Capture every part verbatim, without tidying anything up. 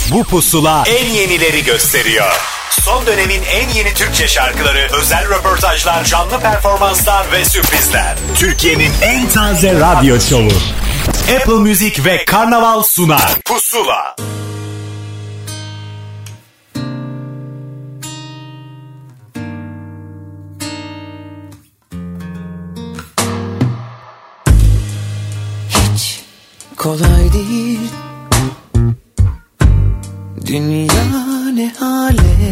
Bu pusula en yenileri gösteriyor. Son dönemin en yeni Türkçe şarkıları, özel röportajlar, canlı performanslar ve sürprizler. Türkiye'nin en taze radyo şovu. Apple Music ve Karnaval sunar. Pusula. Hiç kolay değil dünya, ne hale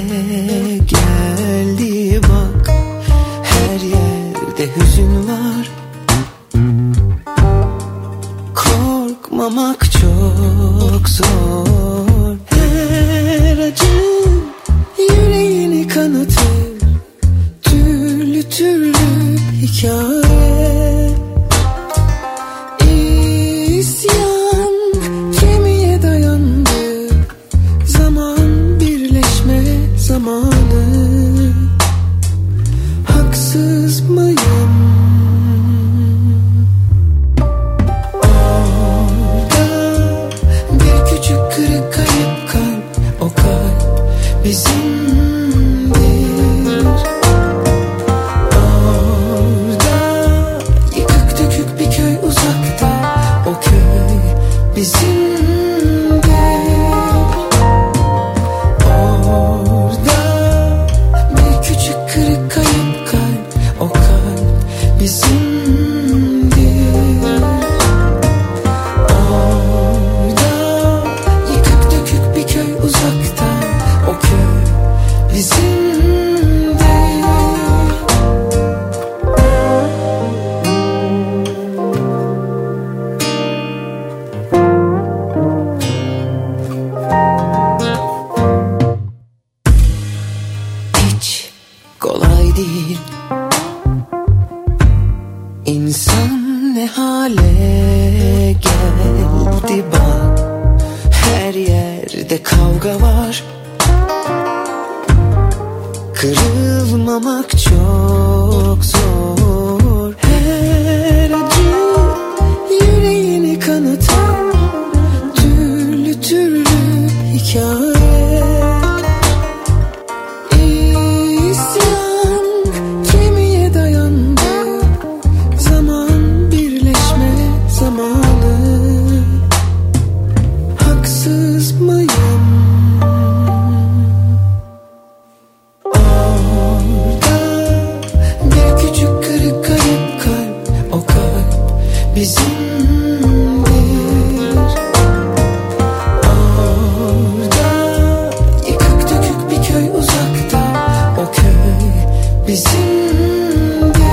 geldi bak. Her yerde hüzün var, korkmamak çok zor. Her acı yüreğini kanatır, türlü türlü hikaye. İsyan kemiğe dayandı, zaman birleşme zamanı. Haksız mıyım? Orada bir küçük kırık kayıp kalp, o kalp bizimdir. Orada yıkık dökük bir köy uzakta, o köy bizimdir. Orada bir küçük kırık kayıp kalp, o kalp bizimdir. Orada yıkık dökük bir köy uzakta, o köy bizimdir. Hiç kolay değil İnsan ne hale geldi bak. Her yerde kavga var, kırılmamak çok zor. Her acı yüreğini kanatan, türlü türlü hikaye. İsyan kemiğe dayandı, zaman birleşme zamanı. Haksız mıyım? Orada bir küçük kırık kayıp kalp, o kalp bizimdir. Orada yıkık dökük bir köy uzakta, o köy bizimdir.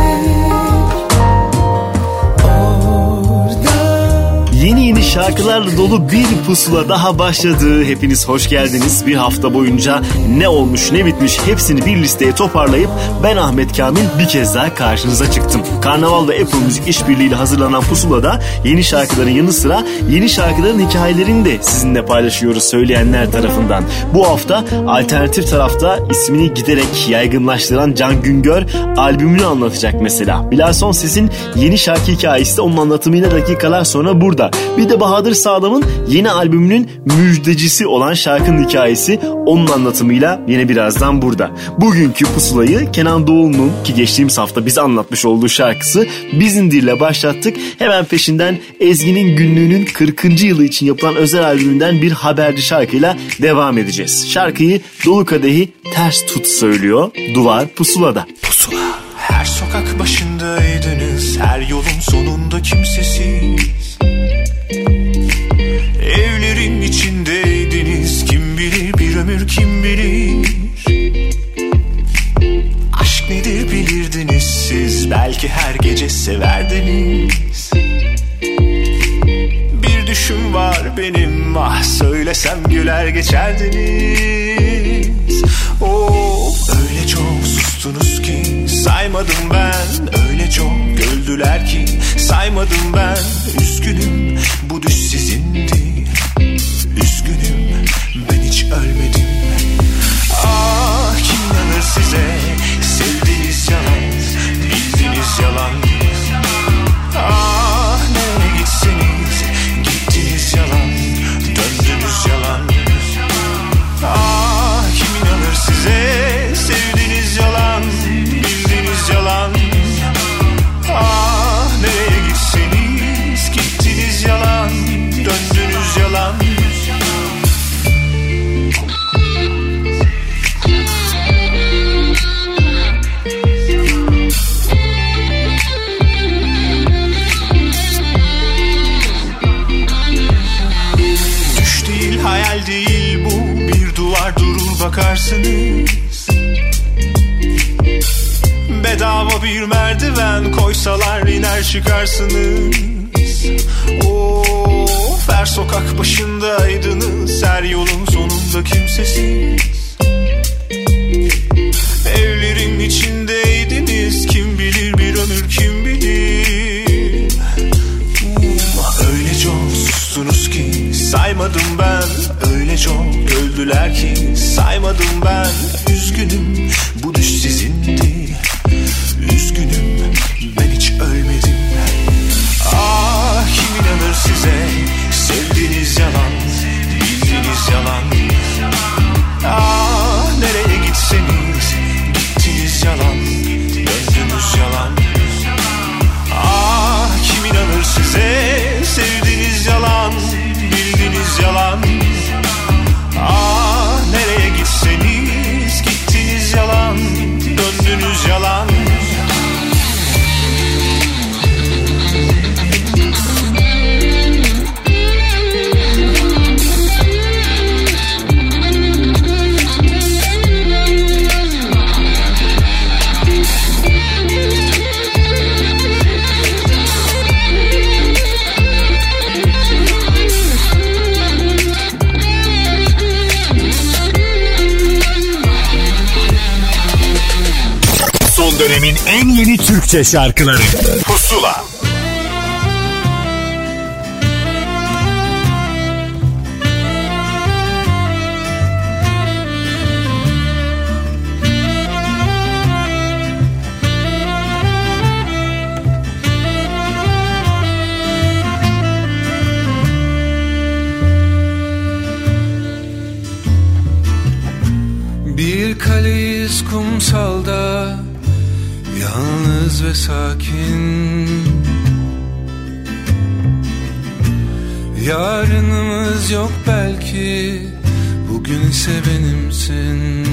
Orada Yeni yeni şarkılarla dolu bir pusula daha başladı. Hepiniz hoş geldiniz. Bir hafta boyunca ne olmuş ne bitmiş hepsini bir listeye toparlayıp ben Ahmet Kamil bir kez daha karşınıza çıktım. Karnaval ve Apple Music işbirliğiyle hazırlanan pusulada yeni şarkıların yanı sıra yeni şarkıların hikayelerini de sizinle paylaşıyoruz söyleyenler tarafından. Bu hafta alternatif tarafta ismini giderek yaygınlaştıran Can Güngör albümünü anlatacak mesela. Bilal Sonses'in yeni şarkı hikayesi de onun anlatımıyla dakikalar sonra burada. Bir de Bahadır Sağlam'ın yeni albümünün müjdecisi olan şarkının hikayesi onun anlatımıyla yine birazdan burada. Bugünkü pusulayı Kenan Doğulu'nun ki geçtiğimiz hafta bize anlatmış olduğu şarkısı Bizindir'le başlattık. Hemen peşinden Ezgi'nin günlüğünün kırkıncı yılı için yapılan özel albümünden bir haberci şarkıyla devam edeceğiz. Şarkıyı Dolu Kadehi Ters Tut söylüyor. Duvar pusulada. Pusula. Her sokak başındaydınız, her yolun sonunda kimsesiz. Evlerin içindeydiniz, kim bilir bir ömür kim bilir. Aşk nedir bilirdiniz siz, belki her gece severdiniz. Bir düşüm var benim, ah söylesem güler geçerdiniz. Oh öyle çok sustunuz ki saymadım ben, öyle çok güldüler ki saymadım ben. Üzgünüm bu düş sizindi, üzgünüm ben hiç ölmedim. Ah kim inanır size, sevdiğiniz yalan, bildiğiniz yalan. Ah nereye gitseniz gittiniz yalan, döndünüz yalan. Hayal değil bu, bir duvar durur bakarsınız. Bedava bir merdiven koysalar iner çıkarsınız. Of, her sokak başındaydınız, her yolun sonunda kimsesiz. Evlerin içindeydiniz, kim bilir bir ömür kim bilir. Öyle çok sustunuz ki saymadım ben, öyle çok öldüler ki saymadım ben. Üzgünüm, bu düş sizindi, üzgünüm ben hiç ölmedim. Ah, kim inanır size, sevdiğiniz yalan, bildiğiniz yalan. Ah, nereye gitseniz gittiniz yalan, döndünüz yalan. Ah, kim inanır size, sevdiğiniz yalan, bildiğiniz yalan. Ah, nereye gitseniz gittiniz yalan, döndünüz yalan. Son dönemin en yeni Türkçe şarkıları Pusula. Bir kaleyiz kumsalda, yalnız ve sakin. Yarınımız yok belki, bugün ise benimsin.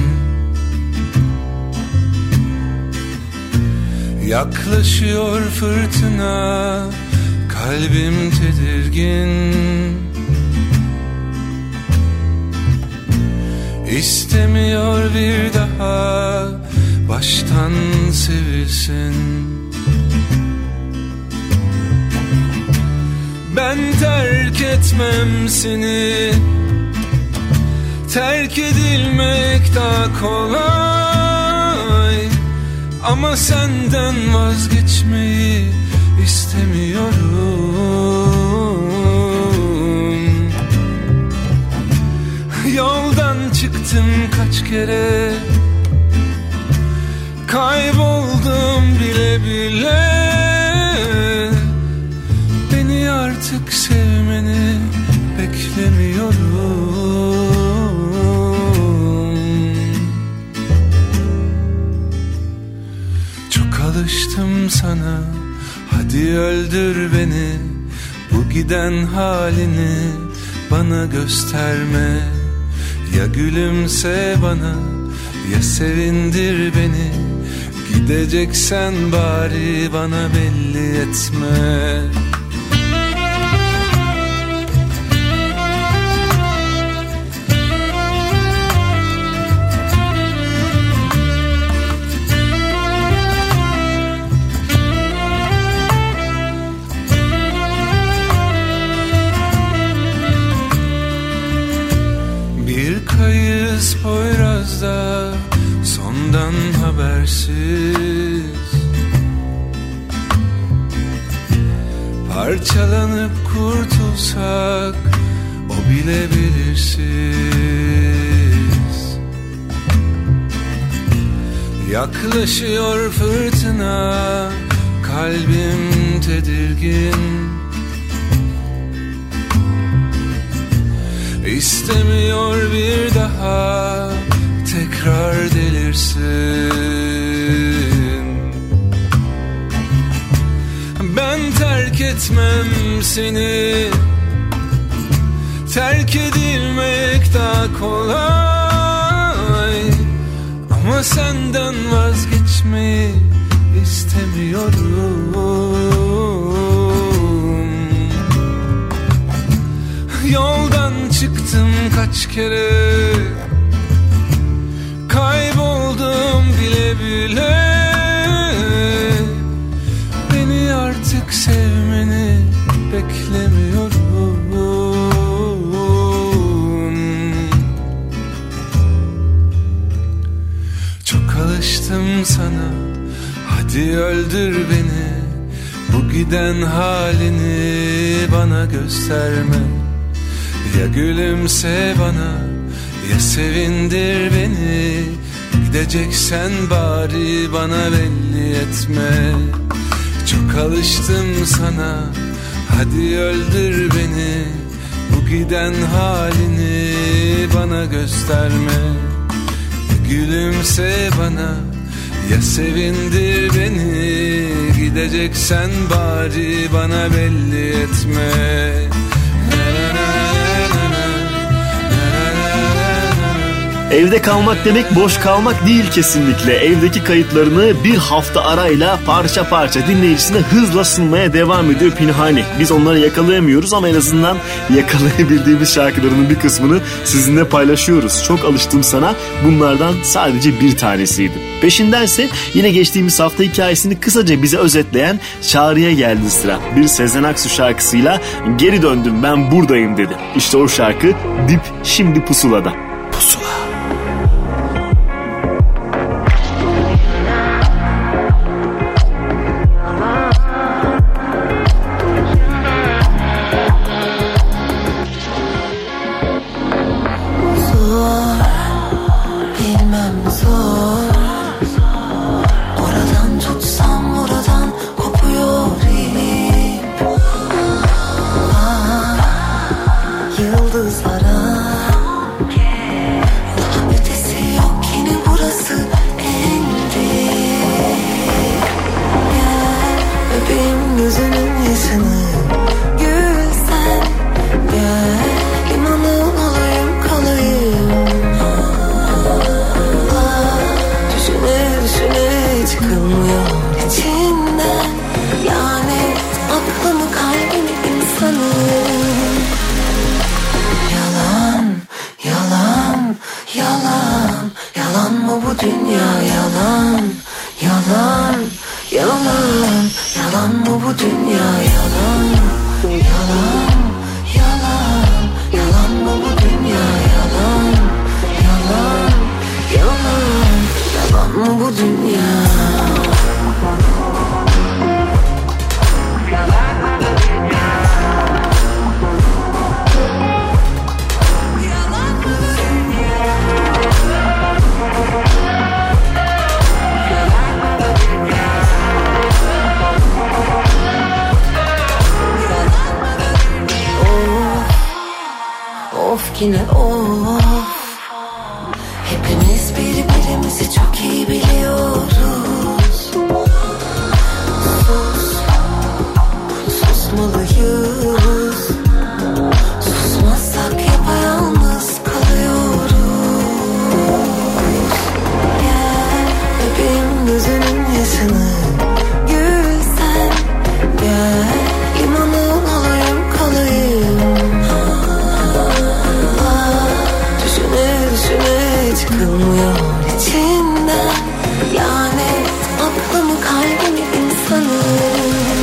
Yaklaşıyor fırtına, kalbim tedirgin. İstemiyor bir daha baştan sevilsin. Ben terk etmem seni, terk edilmek daha kolay. Ama senden vazgeçmeyi istemiyorum. Yoldan çıktım kaç kere, kayboldum bile bile. Beni artık sevmeni beklemiyorum. Çok alıştım sana, hadi öldür beni. Bu giden halini bana gösterme. Ya gülümse bana, ya sevindir beni. Gideceksen bari bana belli etme. Bir kayız Poyraz'da, sondan habersiz. Parçalanıp kurtulsak, o bile belirsiz. Yaklaşıyor fırtına, kalbim tedirgin. İstemiyor bir daha tekrar delirsin. Ben terk etmem seni, terk edilmek daha kolay. Ama senden vazgeçmeyi istemiyorum. Yoldan çıktım kaç kere, kayboldum bile bile. Beni artık sevmeni beklemiyorum. Çok alıştım sana, hadi öldür beni. Bu giden halini bana gösterme. Ya gülümse bana, ya sevindir beni. Gideceksen bari bana belli etme. Çok alıştım sana, hadi öldür beni. Bu giden halini bana gösterme. Ya gülümse bana, ya sevindir beni. Gideceksen bari bana belli etme. Evde kalmak demek boş kalmak değil kesinlikle. Evdeki kayıtlarını bir hafta arayla parça parça dinleyicisine hızla sunmaya devam ediyor Pinhani. Biz onları yakalayamıyoruz ama en azından yakalayabildiğimiz şarkılarının bir kısmını sizinle paylaşıyoruz. Çok alıştım sana bunlardan sadece bir tanesiydi. Peşindense yine geçtiğimiz hafta hikayesini kısaca bize özetleyen Çağrı'ya geldi sıra. Bir Sezen Aksu şarkısıyla geri döndüm ben buradayım dedi. İşte o şarkı Dip şimdi Pusula'da. Pusula. Yine of, hepimiz birbirimizi çok iyi biliyoruz. Sus, susmalıyız. Susmazsak yapayalnız kalıyoruz. Gel öpeyim gözünün yaşını, gülsen gel, limanın olayım kalayım. Çıkılmıyor içinden lanet, aklımı kalbimi insanım.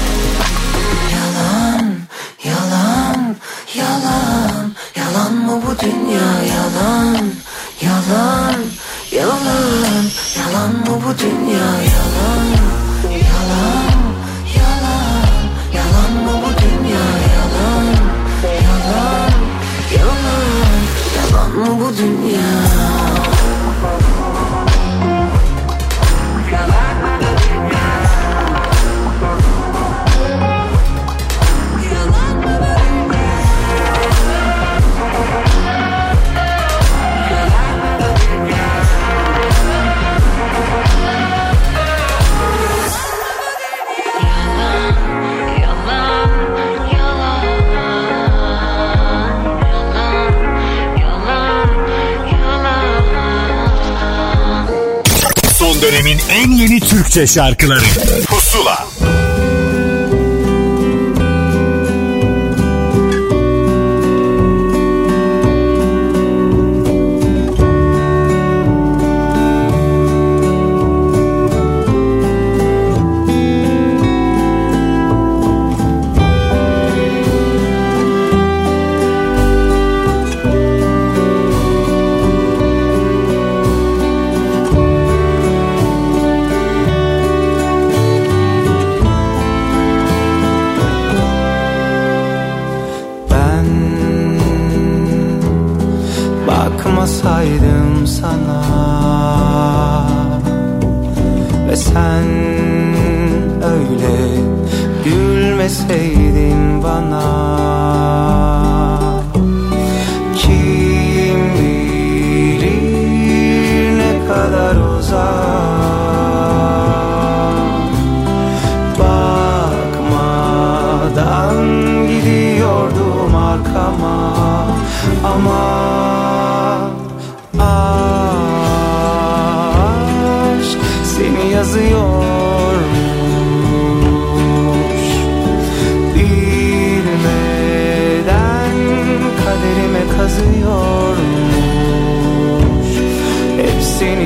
Yalan, yalan, yalan, yalan mı bu dünya yalan, yalan, yalan, yalan mı bu dünya yalan, yalan, yalan, yalan mı bu dünya yalan, yalan, yalan, yalan mı bu dünya? Dönemin en yeni Türkçe şarkıları Pusula. bakmasaydım sana ve sen öyle gülmeseydin bana. Kim bilir ne kadar uzak, bakmadan gidiyordum arkama. Ama aşk seni yazıyormuş, bilmeden kaderime kazıyormuş, hep seni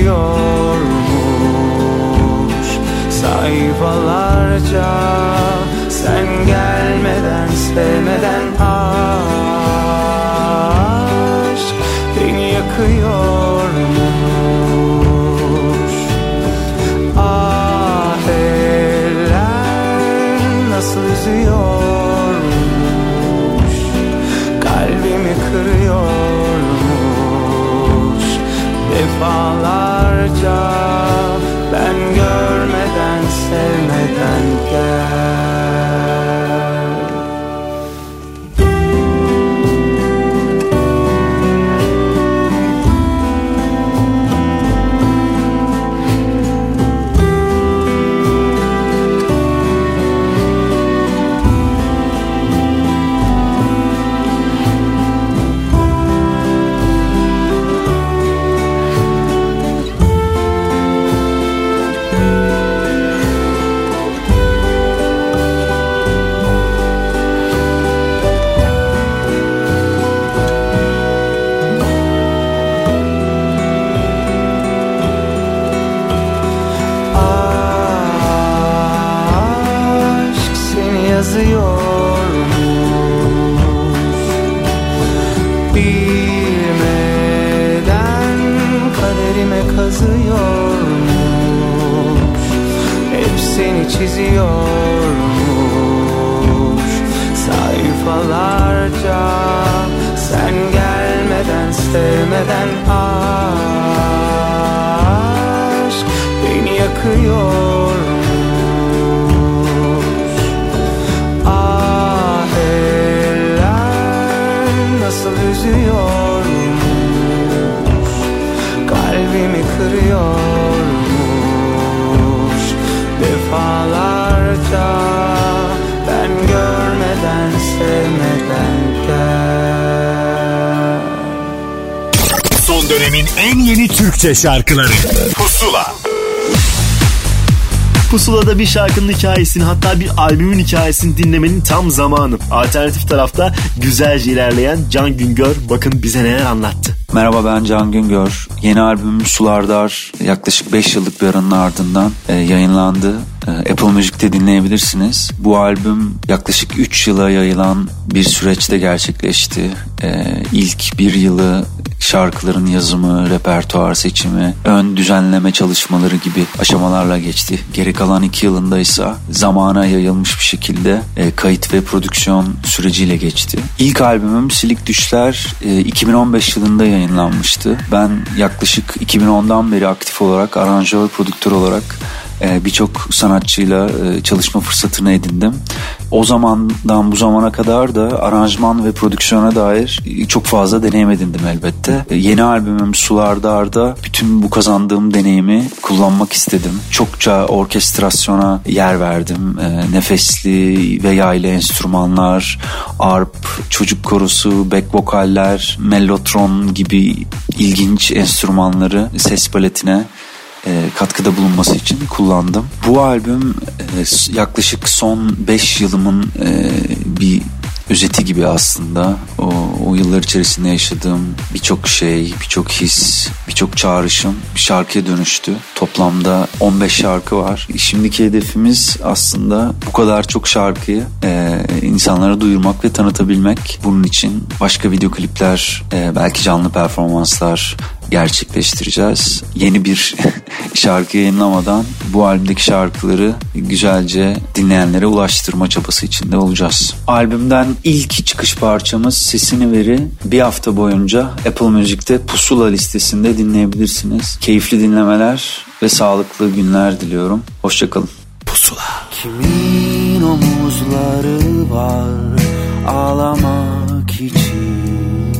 çiziyormuş sayfalarca. Sen gelmeden, sevmeden aşk beni yakıyormuş. Ah eller nasıl üzüyormuş, kalbimi kırıyormuş defalarca. Ben görmeden, sevmeden gel. Çiziyormuş sayfalarca. Sen gelmeden, sevmeden aşk beni yakıyormuş. Ah eller nasıl üzüyormuş, kalbimi kırıyormuş defalarca. Ben görmeden, sevmeden gel. Son dönemin en yeni Türkçe şarkıları Pusula. Pusula'da bir şarkının hikayesini, hatta bir albümün hikayesini dinlemenin tam zamanı. Alternatif tarafta güzelce ilerleyen Can Güngör bakın bize neler anlattı. Merhaba, ben Can Güngör. Yeni albümüm Sulardar yaklaşık beş yıllık bir aranın ardından e, yayınlandı. E, Apple Music'te dinleyebilirsiniz. Bu albüm yaklaşık üç yıla yayılan bir süreçte gerçekleşti. E, ilk bir yılı şarkıların yazımı, repertuar seçimi, ön düzenleme çalışmaları gibi aşamalarla geçti. Geri kalan iki yılında ise zamana yayılmış bir şekilde e, kayıt ve prodüksiyon süreciyle geçti. İlk albümüm Silik Düşler e, iki bin on beş yılında yayınlanmıştı. Ben yaklaşık iki bin ondan beri aktif olarak aranjör, prodüktör olarak birçok sanatçıyla çalışma fırsatını edindim. O zamandan bu zamana kadar da aranjman ve prodüksiyona dair çok fazla deneyim edindim elbette. Yeni albümüm Sulardar'da bütün bu kazandığım deneyimi kullanmak istedim. Çokça orkestrasyona yer verdim. Nefesli ve yaylı enstrümanlar, arp, çocuk korosu, back vokaller, mellotron gibi ilginç enstrümanları ses paletine E, katkıda bulunması için kullandım. Bu albüm e, yaklaşık son beş yılımın e, bir özeti gibi aslında. O, o yıllar içerisinde yaşadığım birçok şey, birçok his, birçok çağrışım bir şarkıya dönüştü. Toplamda on beş şarkı var. Şimdiki hedefimiz aslında bu kadar çok şarkıyı e, insanlara duyurmak ve tanıtabilmek. Bunun için başka video klipler, e, belki canlı performanslar, gerçekleştireceğiz. Yeni bir şarkı yayınlamadan bu albümdeki şarkıları güzelce dinleyenlere ulaştırma çabası içinde olacağız. Albümden ilk çıkış parçamız Sesini Ver'i bir hafta boyunca Apple Music'te Pusula listesinde dinleyebilirsiniz. Keyifli dinlemeler ve sağlıklı günler diliyorum. Hoşçakalın. Pusula. Kimin omuzları var ağlamak için,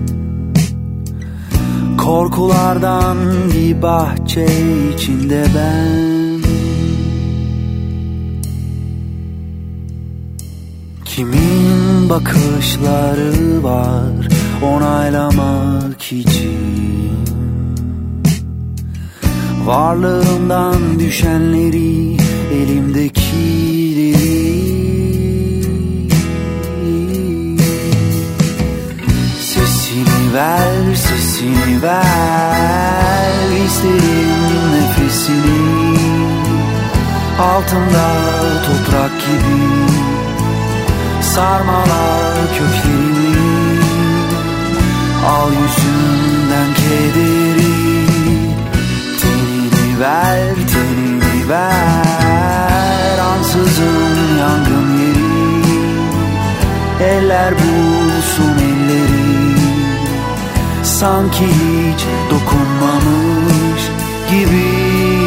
korkulardan bir bahçe içinde ben. Kimin bakışları var onaylamak için, varlığımdan düşenleri, elimdekileri. Sesini ver, sesini ver, isterim nefesini. Altında toprak gibi sarmalar köklerimi. Al yüzünden kederi, tenini ver, tenini ver. Ansızın yangın yeri, eller bulsun elleri. Sanki hiç dokunmamış gibi.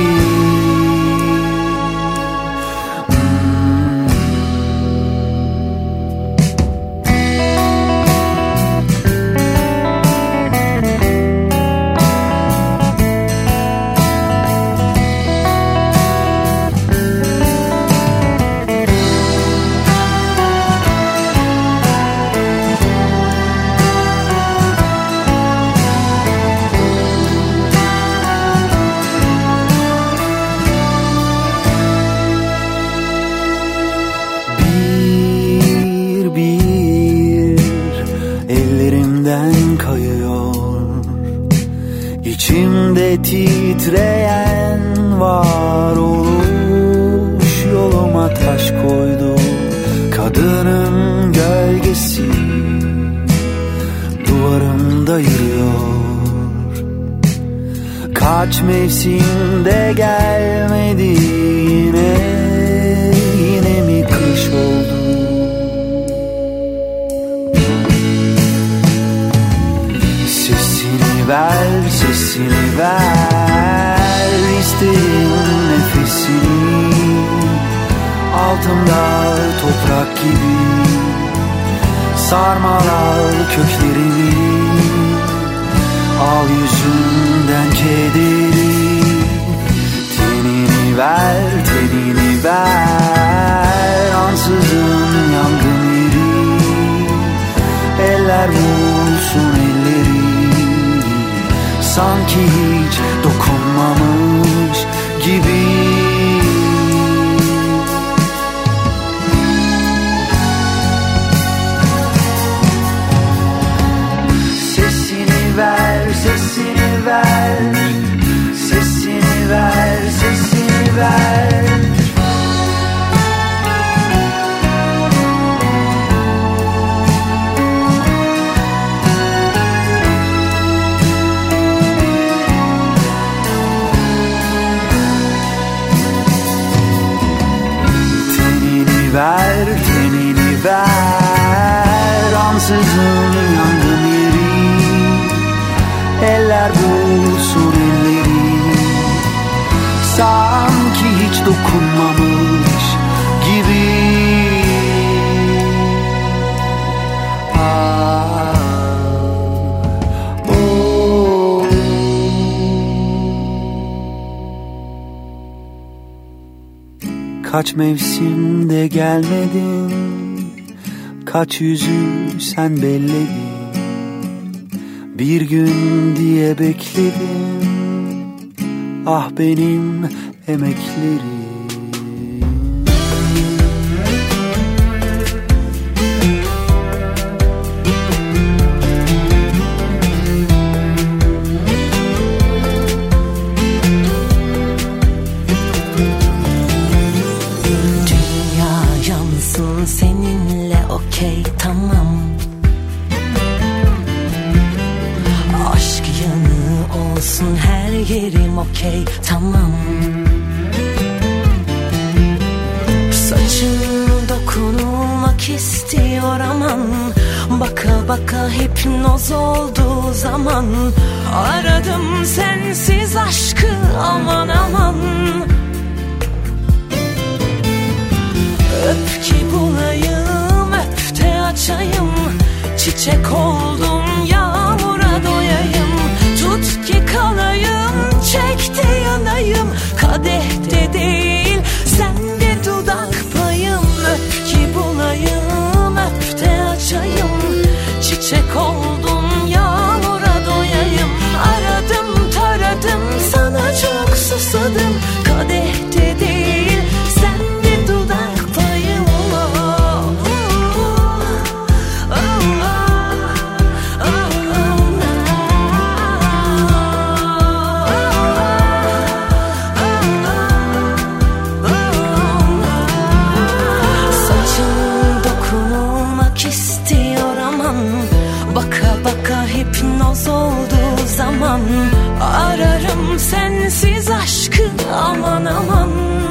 Titreyen varoluş yoluma taş koydu. Kadının gölgesi duvarımda yürüyor. Kaç mevsimde gelmedi yine, yine mi kış oldu? Sesini ver, sesini ver, isterim nefesini. Altımda toprak gibi sarmalar köklerimi. Al yüzünden kederi, tenini ver, tenini ver. Ansızın yangın yeri, eller vursun elleri. Sanki hiç dokunmamış gibi. Sesini ver, sesini ver, sesini ver, sesini ver. Ver, tenini ver, ansızın yangın yeri. Eller bulsun elleri, sanki hiç dokunmamış gibi. Ah, oh. Kaç mevsimde gelmedin, kaç yüzü sen belledin. Bir gün diye bekledim, ah benim emeklerim. Seninle okey tamam. Aşk yanı benim okey tamam. Saçın dokunulmak istiyor aman, baka baka hipnoz olduğu zaman. Aradım sensiz aşkı aman aman. Öp ki bulayım, öp de açayım. Çiçek oldum, yağmura doyayım. Tut ki kalayım, çek de yanayım. Kadehte değil, sende dudak payım. Öp ki bulayım, öp de açayım. Çiçek oldum, yağmura doyayım. Aradım taradım, sana çok susadım. Kadehte değil, sende dudak payım. Hipnoz olduğu zaman ararım sensiz aşkı aman aman.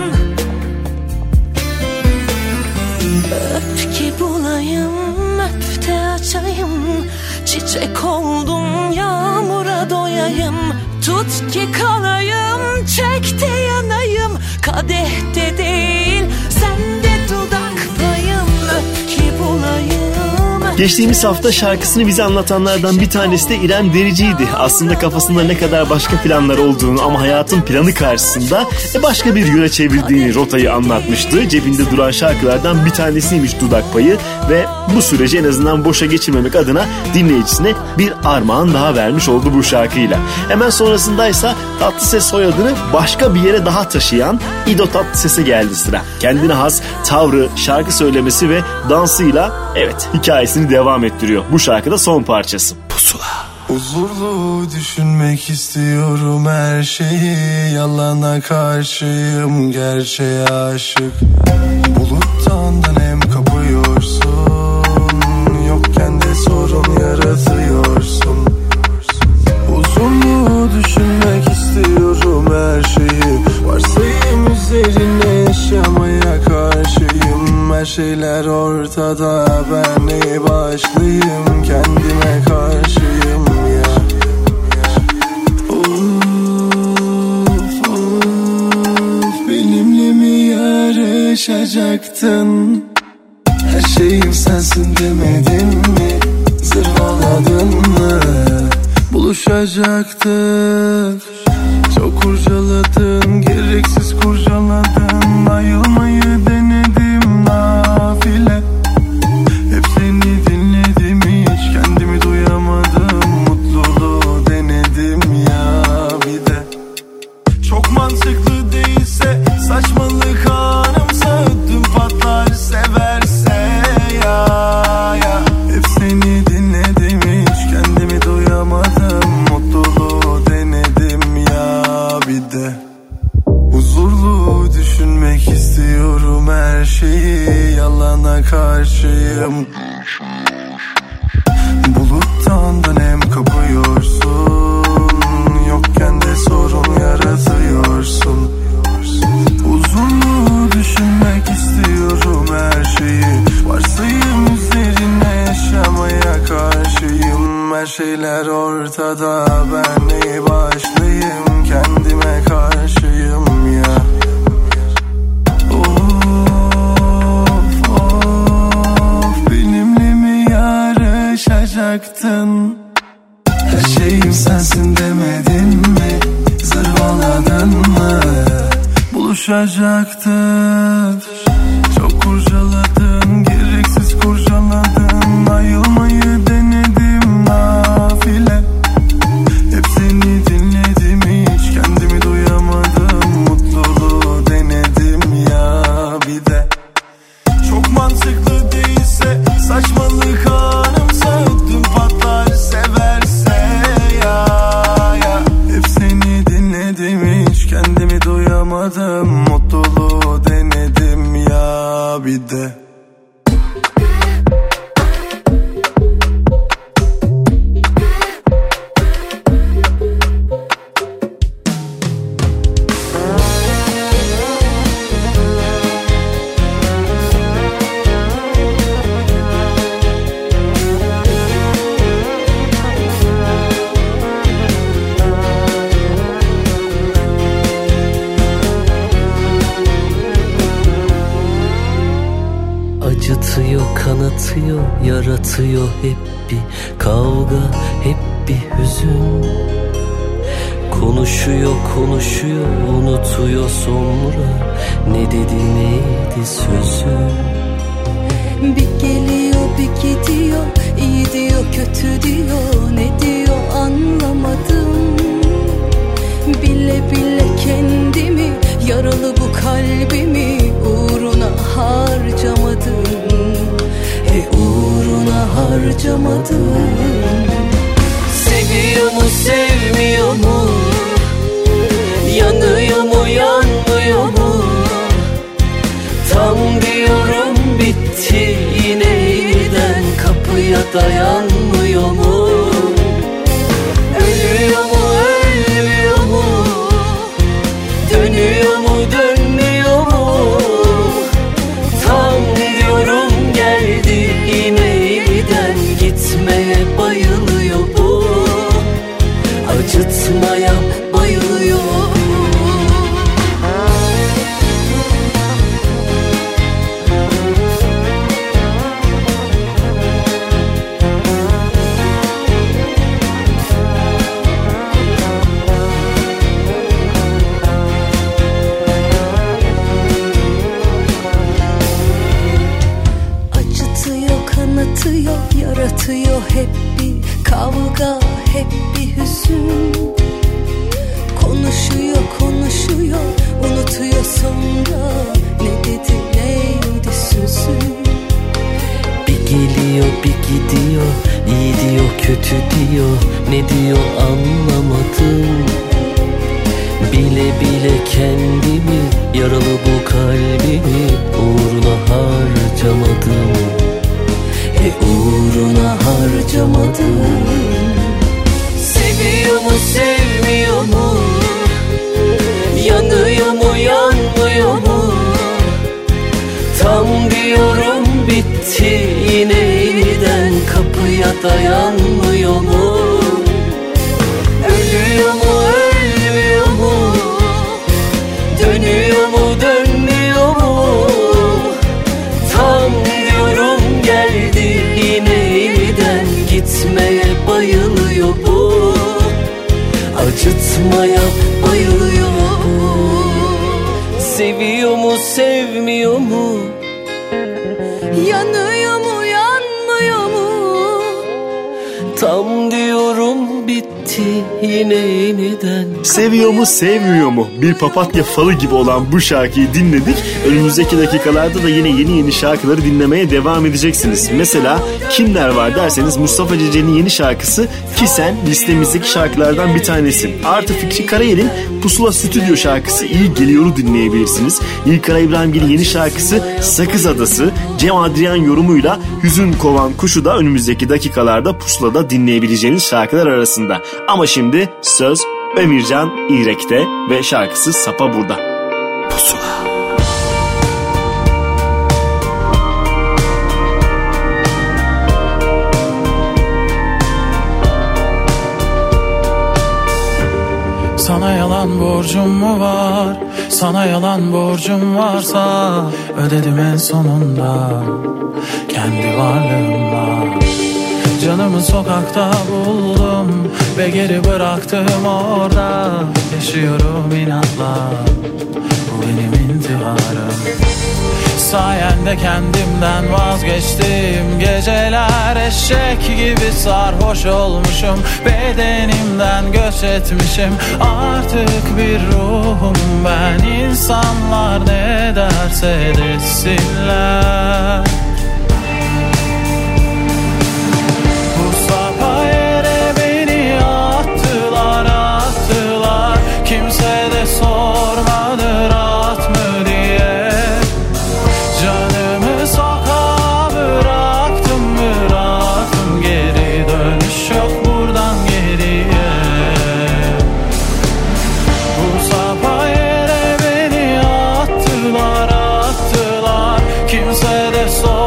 Öp ki bulayım, öp de açayım. Çiçek oldum, yağmura doyayım. Tut ki kalayım, çek de yanayım. Kadehte değil, sende dudak payım. Öp ki bulayım. Geçtiğimiz hafta şarkısını bize anlatanlardan bir tanesi de İrem Derici'ydi. Aslında kafasında ne kadar başka planlar olduğunu ama hayatın planı karşısında başka bir yöne çevirdiğini, rotayı anlatmıştı. Cebinde duran şarkılardan bir tanesiymiş Dudak Payı ve bu süreci en azından boşa geçirmemek adına dinleyicisine bir armağan daha vermiş oldu bu şarkıyla. Hemen sonrasındaysa Tatlıses soyadını başka bir yere daha taşıyan İdo Tatlıses'e geldi sıra. Kendine has tavrı, şarkı söylemesi ve dansıyla evet hikayesini devam ettiriyor. Bu şarkıda son parçası. Pusula. Huzurlu düşünmek istiyorum her şeyi. Yalana karşıyım, gerçeğe aşık. Buluttan da nem kapıyorsun. Yokken de sorun yaratıyorsun. Huzurlu düşünmek istiyorum her şeyi. Varsayım üzerine yaşamaya karşıyım. Her şeyler ortada, ben neye başlayayım? Kendime karşıyım ya. Of of, benimle mi yarışacaktın? Her şeyim sensin demedin mi? Zırvaladın mı? Buluşacaktık. Çok kurcaladın, gereksiz kurcaladın. Ayılmayı denedim nafile. Hep seni dinledim, hiç kendimi duyamadım. Mutluluğu denedim ya bir de. Çok mantıklı değilse saçmalık anımsa ödüm patlar severse ya ya. Hep seni dinledim, hiç kendimi duyamadım. Mutluluğu denedim ya bir de. Huzurlu düşünmek istiyorum her şeyi. Yalana karşıyım. Buluttan da nem kapıyorsun. Yokken de sorun yaratıyorsun. Huzurlu düşünmek istiyorum her şeyi. Varsayım üzerine yaşamaya karşıyım. Her şeyler ortada, ben neye başlayayım? Kendime karşıyım ya. Of of, benimle mi yarışacaktın? Her şeyim sensin demedin mi? Zırvaladın mı? Buluşacaktık. Çok kurcaladın, gereksiz kurcaladın. Ayılmayı denedim nafile. Hep seni dinledim, hiç kendimi duyamadım. Mutluluğu denedim ya bir de. Çok mantıklı değilse saçmalık anımsa ödüm patlar severse yaratıyor, yaratıyor hep bir kavga, hep bir hüzün. Konuşuyor, konuşuyor, unutuyor sonra ne dedi neydi sözü. Bir geliyor bir gidiyor, iyi diyor kötü diyor, ne diyor anlamadım. Bile bile kendimi, yaralı bu kalbimi uğruna harcamadım. E uğruna harcamadım. Seviyor mu sevmiyor mu, yanıyor mu yanmıyor mu? Tam diyorum bitti, yine yeniden kapıya dayanmıyor mu? Ölüyor mu ölmüyor mu, dönüyor mu dönmüyor mu? Tam diyorum geldi, yine yeniden gitmeye bayılıyor bu. Acıtmaya bayılıyor. Yaratıyor, yaratıyor hep bir kavga, hep bir hüzün. Konuşuyor, konuşuyor, unutuyor sonra ne dedi neydi sözü. Bir geliyor, bir gidiyor, iyi diyor, kötü diyor, ne diyor anlamadım. Bile bile kendimi, yaralı bu kalbimi uğruna harcamadım. E uğruna harcamadım. Seviyor mu sevmiyor mu, yanıyor mu yanmıyor mu? Tam diyorum bitti, yine yeniden kapıya dayanmıyor mu? Ölüyor mu ölmüyor mu, dönüyor mu dönmüyor mu? Tam diyorum geldi, yine yeniden gitmeye bayılıyor bu. Acıtmaya bayılıyor. Seviyor mu sevmiyor mu, yanıyor mu yanmıyor mu? Tam diyorum bitti, yine yeniden. Seviyor mu sevmiyor mu? Bir papatya falı gibi olan bu şarkıyı dinledik. Önümüzdeki dakikalarda da yine yeni yeni şarkıları dinlemeye devam edeceksiniz. Mesela kimler var derseniz Mustafa Ceceli'nin yeni şarkısı Ki Sen listemizdeki şarkılardan bir tanesi. Artı Fikri Karayel'in Pusula Stüdyo şarkısı İyi Geliyor'u dinleyebilirsiniz. İlkay İbrahimgil'in yeni şarkısı Sakız Adası, Cem Adrian yorumuyla Hüzün Kovan Kuşu da önümüzdeki dakikalarda Pusula'da dinleyebileceğiniz şarkılar arasında. Ama şimdi söz Emircan İrek'te ve şarkısı Sapa burada. Pusula. Sana yalan borcum mu var? Sana yalan borcum varsa ödedim en sonunda kendi varlığımla. Canımı sokakta buldum ve geri bıraktım orada. Yaşıyorum inatla, bu benim intiharım. Sayende kendimden vazgeçtim. Geceler eşek gibi sarhoş olmuşum. Bedenimden göç etmişim. Artık bir ruhum ben. İnsanlar ne derse desinler. Bu sabah yere beni attılar attılar. Kimse de sormadı rahat mı diye. Canımı sokağa bıraktım bıraktım. Geri dönüş yok buradan geriye. Bu sabah yere beni attılar attılar. Kimse de sor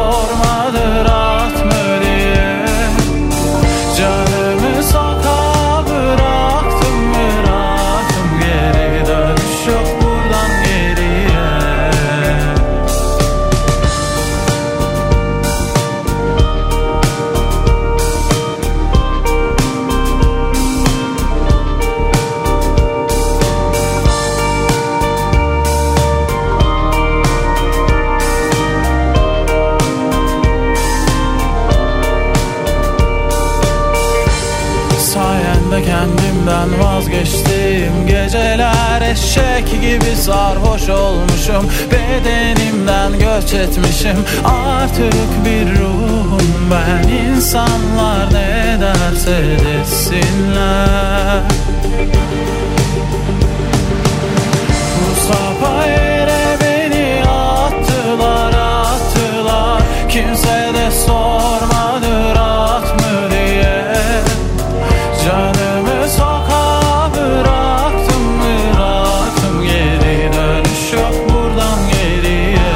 kendimden vazgeçtim. Geceler eşek gibi sarhoş olmuşum. Bedenimden göç etmişim. Artık bir ruhum ben. İnsanlar ne derse desinler. Bu sabah yere beni attılar attılar. Kimse de sormadı rahat mı diye. Canımı sokağa bıraktım bıraktım. Geri dönüş yok buradan geriye.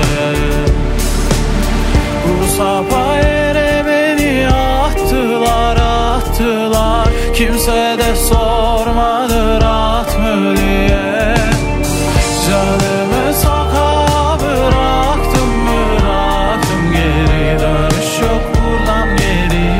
Bu sabah yere beni attılar attılar. Kimse de sormadı rahat mı diye. Canımı sokağa bıraktım bıraktım. Geri dönüş yok buradan geriye.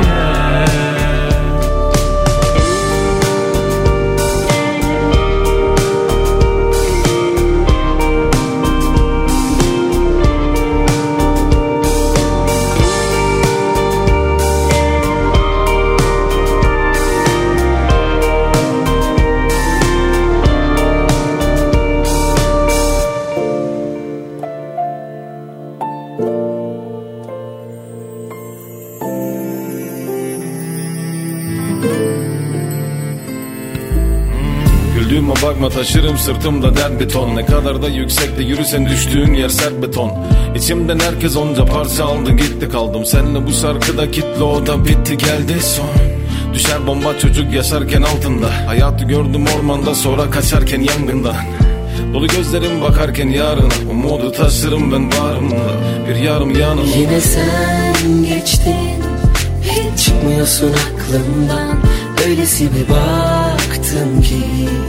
Güldüğüme bakma, taşırım sırtımda dert bir ton. Ne kadar da yüksekte yürüsen düştüğün yer sert beton. İçimden herkes onca parça aldı gitti, kaldım seninle bu şarkıda kitle, o da bitti geldi son. Düşer bomba çocuk yaşarken altında. Hayatı gördüm ormanda, sonra kaçarken yangından. Dolu gözlerim bakarken yarına. Umudu taşırım ben bağrımda, bir yarım yanım. Yine sen geçtin, hiç çıkmıyorsun aklımdan. Öylesi bir baktın ki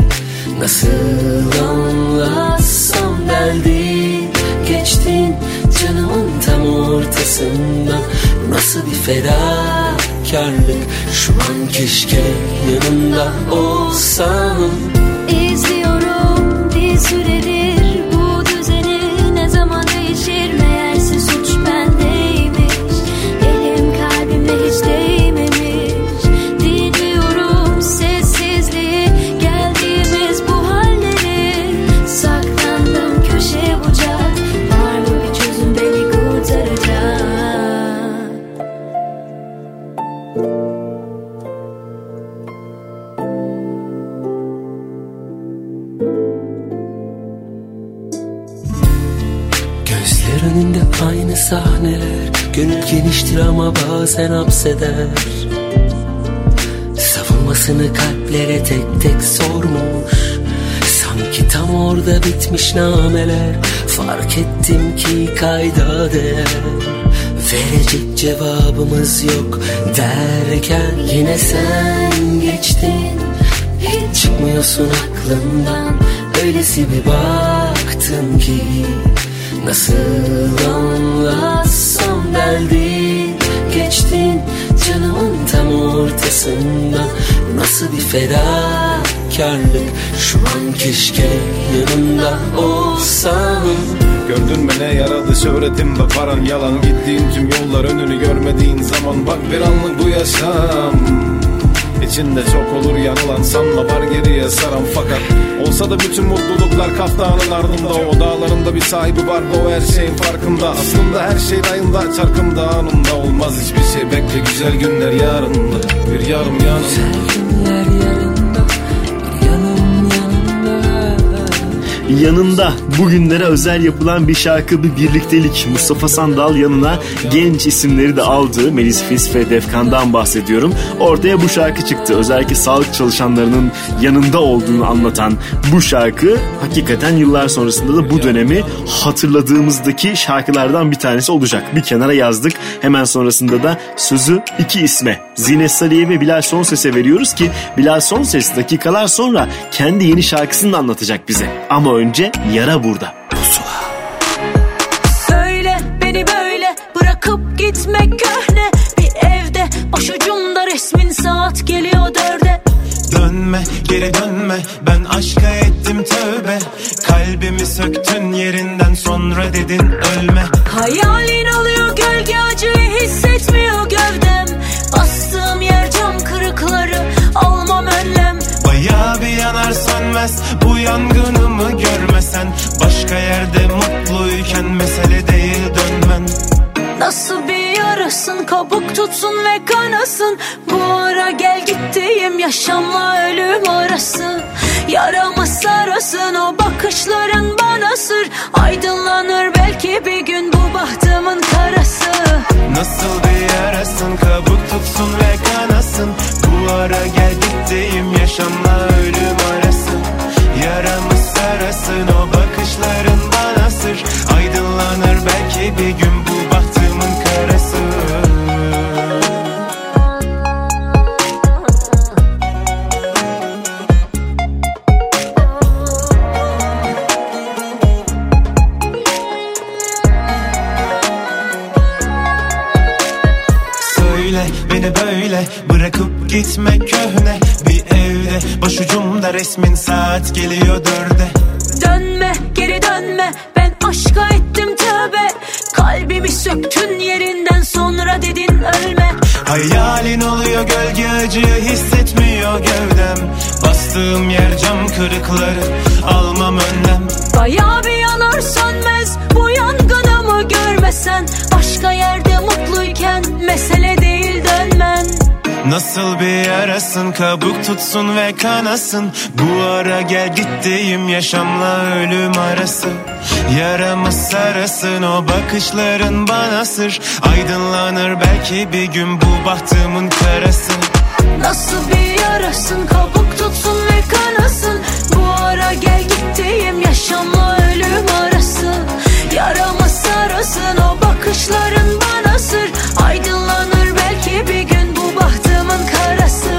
nasıl anlatsam derdin. Geçtin canımın tam ortasından. Nasıl bir fedakarlık, şu an keşke yanımda olsam. İzliyorum bir süredir bu düzeni, ne zaman değişir meğerse suç bendeymiş. Elim kalbime hiç değmemiş. Dinliyorum sessizliği, geldiğimiz bu halleri. Saklandım köşe bucak, var mı bir çözüm beni kurtaracak? Gözler önünde aynı sahneler. Gönül geniştir ama bazen hapseder. Savunmasını kalplere tek tek sormuş. Sanki tam orada bitmiş nameler. Fark ettim ki kayda değer. Verecek cevabımız yok derken yine sen geçtin. Hiç çıkmıyorsun aklımdan. Öylesi bir baktın ki nasıl anlatsam derdin. Geçtin canımın tam ortasından. Nasıl bir fedakarlık, şu an keşke yanımda olsam. Gördün mü ne yaradı şöhretim ve paran yalan. Gittiğin tüm yollar önünü görmediğin zaman. Bak bir anlık bu yaşam, İçinde çok olur yanılan, sanma var geriye saran. Fakat olsa da bütün mutluluklar kaftanın ardında. O dağlarında bir sahibi var, o her şeyin farkında. Aslında her şey rayında, çarkımda anında. Olmaz hiçbir şey, bekle güzel günler yarında. Bir yarım yanında. Güzel günler yarında, bir yanım yanında. Yanında bugünlere özel yapılan bir şarkı, bir birliktelik. Mustafa Sandal yanına genç isimleri de aldı. Melis Fis ve Defkan'dan bahsediyorum. Ortaya bu şarkı çıktı. Özellikle sağlık çalışanlarının yanında olduğunu anlatan bu şarkı hakikaten yıllar sonrasında da bu dönemi hatırladığımızdaki şarkılardan bir tanesi olacak. Bir kenara yazdık. Hemen sonrasında da sözü iki isme, Zine Salih'e ve Bilal Sonses'e veriyoruz ki Bilal Sonses dakikalar sonra kendi yeni şarkısını da anlatacak bize. Ama önce Yara burada. Pusula. Söyle beni böyle bırakıp gitmek köhne. Bir evde başucumda resmin, saat geliyor dörde. Dönme geri dönme, ben aşka ettim tövbe. Kalbimi söktün yerinden, sonra dedin ölme. Hayalin alıyor gölge, acıyı hissetmiyor gövdem. Bastığım yer cam kırıkları, almam önlem. Bayağı bir yanar sönmez bu yangınımı görmesen. Başka yerde mutluyken mesele değil dönmen. Nasıl bir yarasın, kabuk tutsun ve kanasın. Bu ara gel gittiğim yaşamla ölüm arası. Yaramı sarasın o bakışların bana sır. Aydınlanır belki bir gün bu bahtımın karası. Nasıl bir yarasın, kabuk tutsun ve kanasın. Bu ara gel gittiğim yaşamla ölüm arası. Yaramı sarasın o bakışların bana sır. Aydınlanır belki bir gün bu bahtımın karası. Söyle beni böyle bırakıp gitme köhne bir evde. Başucumda resmin, saat geliyor dörde. Dönme geri dönme, ben aşka ettim tövbe. Kalbimi söktün yerinden, sonra dedin ölme. Hayalin oluyor gölge, acıyı hissetmiyor gövdem. Bastığım yer cam kırıkları, almam önlem. Bayağı bir yanar sönmez bu yangınımı görmesen. Başka yerde mutluyken mesele değil dönmen. Nasıl bir yarasın, kabuk tutsun ve kanasın. Bu ara gel gittiğim yaşamla ölüm arası. Yaramı sarasın o bakışların bana sır. Aydınlanır belki bir gün bu bahtımın karası. Nasıl bir yarasın, kabuk tutsun ve kanasın. Bu ara gel gittiğim yaşamla ölüm arası. Yaramı sarasın o bakışların bana sır. Aydınlanır belki bir gün bu bahtımın karası.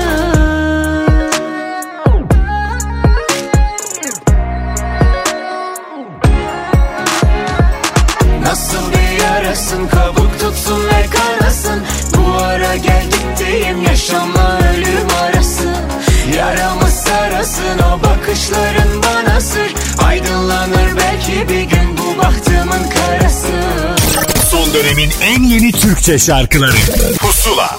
Nasıl bir yarasın, kabuk tutsun ve kanasın. Bu ara gel gittiğim yaşamla ölüm arası. Yaramı sarasın o bakışların bana sır. Aydınlanır belki bir gün bu bahtımın karası. Son dönemin en yeni Türkçe şarkıları Pusula.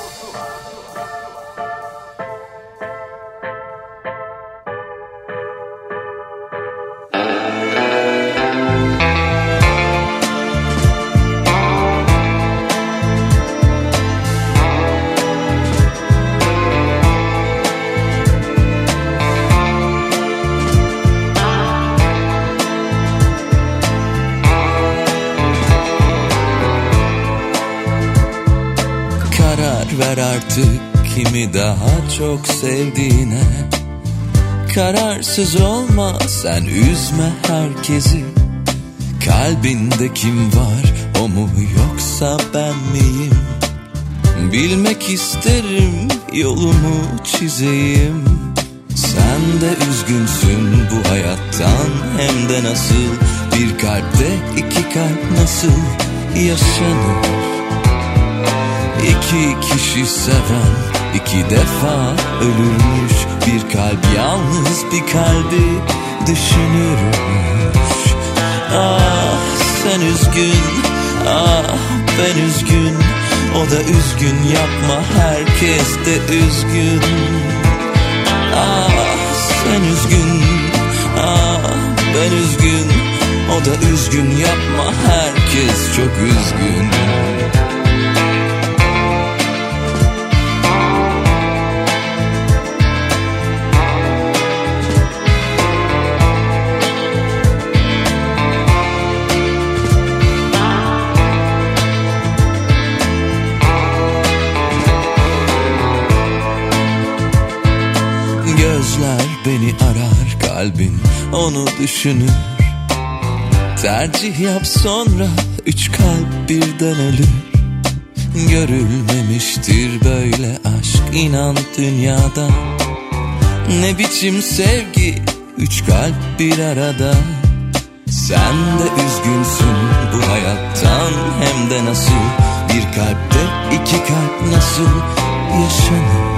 Ver artık kimi daha çok sevdiğine. Kararsız olma, sen üzme herkesi. Kalbinde kim var, o mu yoksa ben miyim? Bilmek isterim, yolumu çizeyim. Sen de üzgünsün bu hayattan, hem de nasıl. Bir kalpte iki kalp nasıl yaşanır? İki kişi seven iki defa ölürmüş. Bir kalp yalnız bir kalbi düşünürmüş. Ah sen üzgün, ah ben üzgün. O da üzgün, yapma herkes de üzgün. Ah sen üzgün, ah ben üzgün. O da üzgün, yapma herkes çok üzgün. Beni arar, kalbin onu düşünür. Tercih yap sonra üç kalp birden ölür. Görülmemiştir böyle aşk, inan dünyada. Ne biçim sevgi, üç kalp bir arada. Sen de üzgünsün bu hayattan, hem de nasıl. Bir kalpte iki kalp nasıl yaşanır?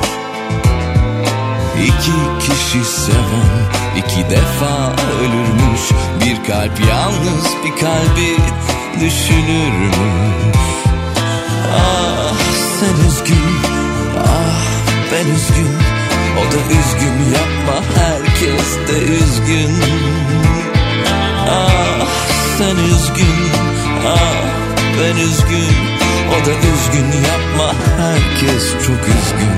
İki kişi seven iki defa ölürmüş. Bir kalp yalnız bir kalbi düşünürmüş. Ah sen üzgün, Ah ben üzgün, o da üzgün, yapma herkes de üzgün. Ah sen üzgün, ah ben üzgün, o da üzgün, yapma herkes çok üzgün.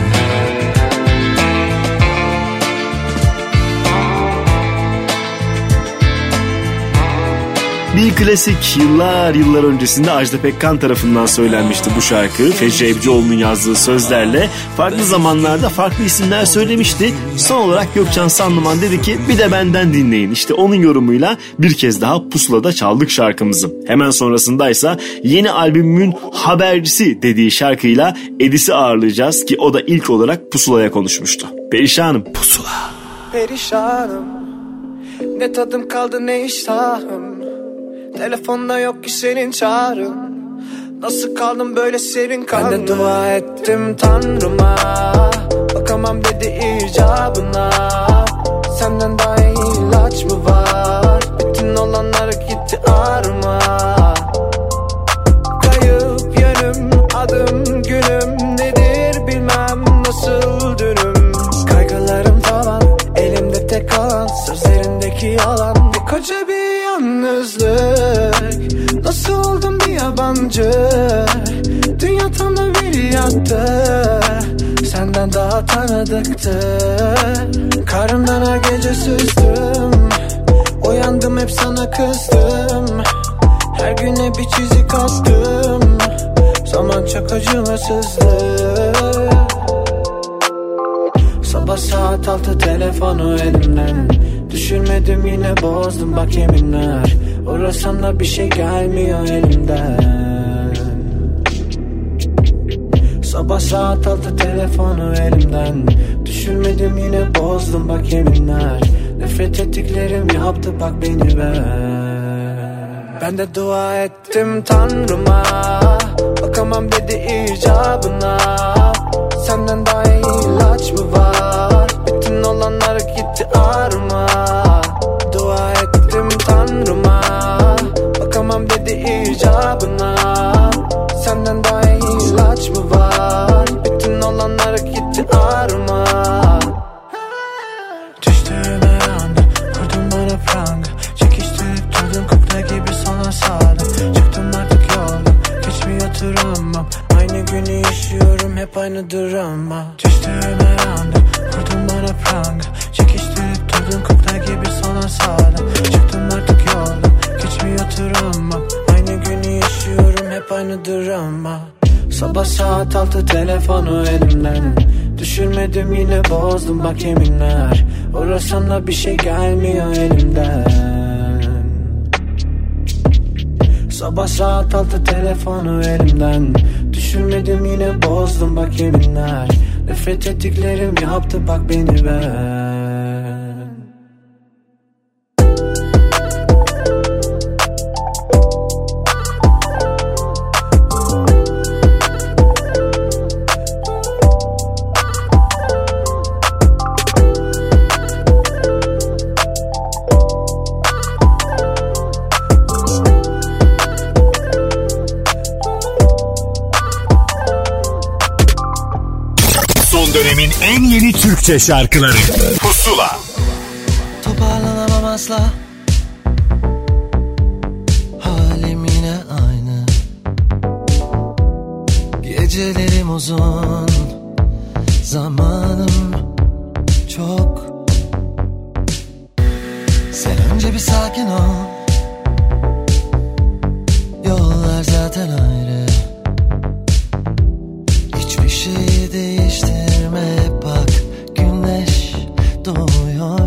Bir klasik, yıllar yıllar öncesinde Ajda Pekkan tarafından söylenmişti bu şarkı. Fecri Ebcioğlu'nun yazdığı sözlerle farklı zamanlarda farklı isimler söylemişti. Son olarak Gökçen Sanlıman dedi ki bir de benden dinleyin. İşte onun yorumuyla bir kez daha Pusula'da çaldık şarkımızı. Hemen sonrasındaysa yeni albümümün habercisi dediği şarkıyla Edis'i ağırlayacağız ki o da ilk olarak Pusula'ya konuşmuştu. Perişanım. Pusula. Perişanım, ne tadım kaldı ne iştahım. Telefonda yok ki senin çağrın. Nasıl kaldım böyle serin kanlı. Ben de dua ettim Tanrıma, bakamam dedi icabına. Senden daha iyi ilaç mı var? Bütün olanlar gitti ağrıma. Kayıp yönüm, adım günüm, nedir bilmem nasıl dünüm. Kaygılarım falan, elimde tek kalan sözlerindeki yalan. Bir koca bir yalnızlık, nasıl oldum bir yabancı. Dünya tam da bir yattı, senden daha tanıdıktı. Karnımdan her gece süzdüm, uyandım hep sana kızdım. Her güne bir çizik attım, zaman çok acımasızdı. Sabah saat altı telefonu elimden, düşürmedim yine bozdum bak yeminler. Uğrasam da bir şey gelmiyor elimden. Sabah saat altı telefonu elimden, düşürmedim yine bozdum bak yeminler. Nefret ettiklerim yaptı bak beni ver. Ben de dua ettim Tanrıma, bakamam dedi icabına. Senden daha iyi ilaç mı var? Bütün olanlar gitti ağrıma. Dua ettim Tanrıma, bakamam dedi icabına. Senden daha iyi ilaç mı var? Bütün olanlar gitti ağrıma. Düştüğüm her anda vurdun bana pranga, çekiştirip durdun kukla gibi sana sağdım. Çıktım artık yoldan, geçmiyor travmam. Aynı günü yaşıyorum hep aynı drama. Düştüğüm her anda vurdun bana pranga, çekiştirip durdun kukla gibi sana sağdım. Çıktım artık yoldan, geçmiyor travmam. Aynı günü yaşıyorum hep aynı drama. Sabah saat altı telefonu elimden, düşürmedim yine bozdum bak yeminler. Uğrasam da bir şey gelmiyor elimden. Sabah saat altı telefonu elimden, düşürmedim yine bozdum bak yeminler. Nefret ettiklerim yaptı bak beni ben. Dönemin en yeni Türkçe şarkıları Pusula. Toparlanamam asla, halim yine aynı. Gecelerim uzun, zamanım çok. Sen önce bir sakin ol, yollar zaten ayrı. Hiçbir şey değiştirme, bak güneş doğuyor.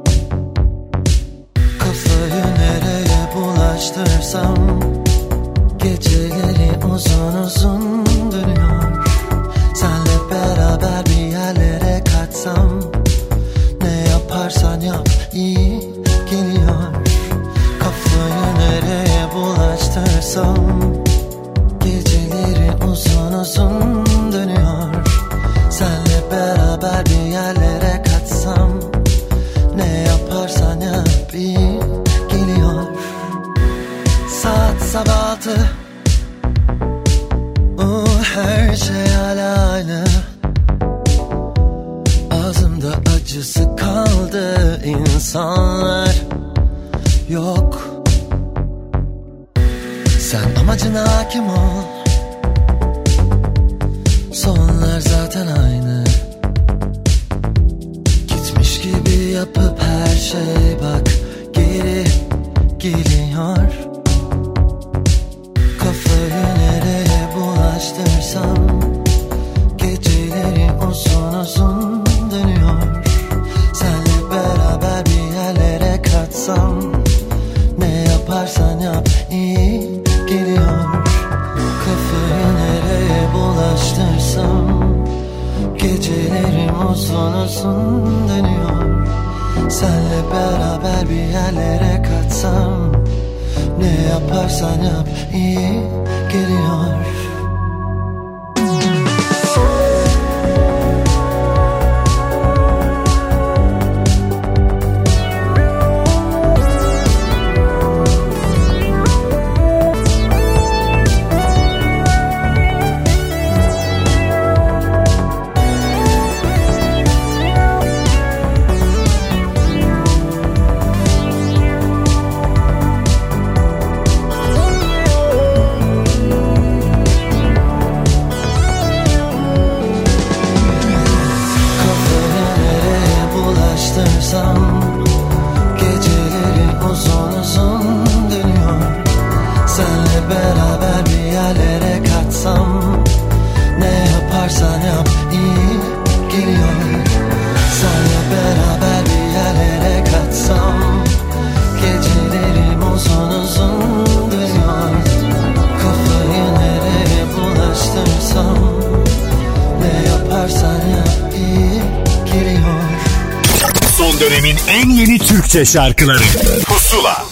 Kafayı nereye bulaştırsam, geceleri uzun uzun dönüyor. Senle beraber bir yerlere kaçsam, ne yaparsan yap iyi geliyor. Kafayı nereye bulaştırsam, geceleri uzun uzun dönüyor. Senle beraber bir yerlere kaçsam, ne yaparsan yap iyi geliyor. Saat sabah altı, uh, her şey hala aynı. yarısı kaldı, insanlar yok. Sen amacına hakim ol, sonlar zaten aynı. Gitmiş gibi yapıp her şey bak geri geliyor. Kafayı nereye bulaştırsam geceleri uzun uzun dönüyor. Senle beraber bir yerlere kaçsam, ne yaparsan yap iyi geliyor. Kafayı nereye bulaştırsam gecelerim uzun uzun dönüyor. Senle beraber bir yerlere kaçsam, ne yaparsan yap iyi geliyor. Türkçe şarkıları Pusula.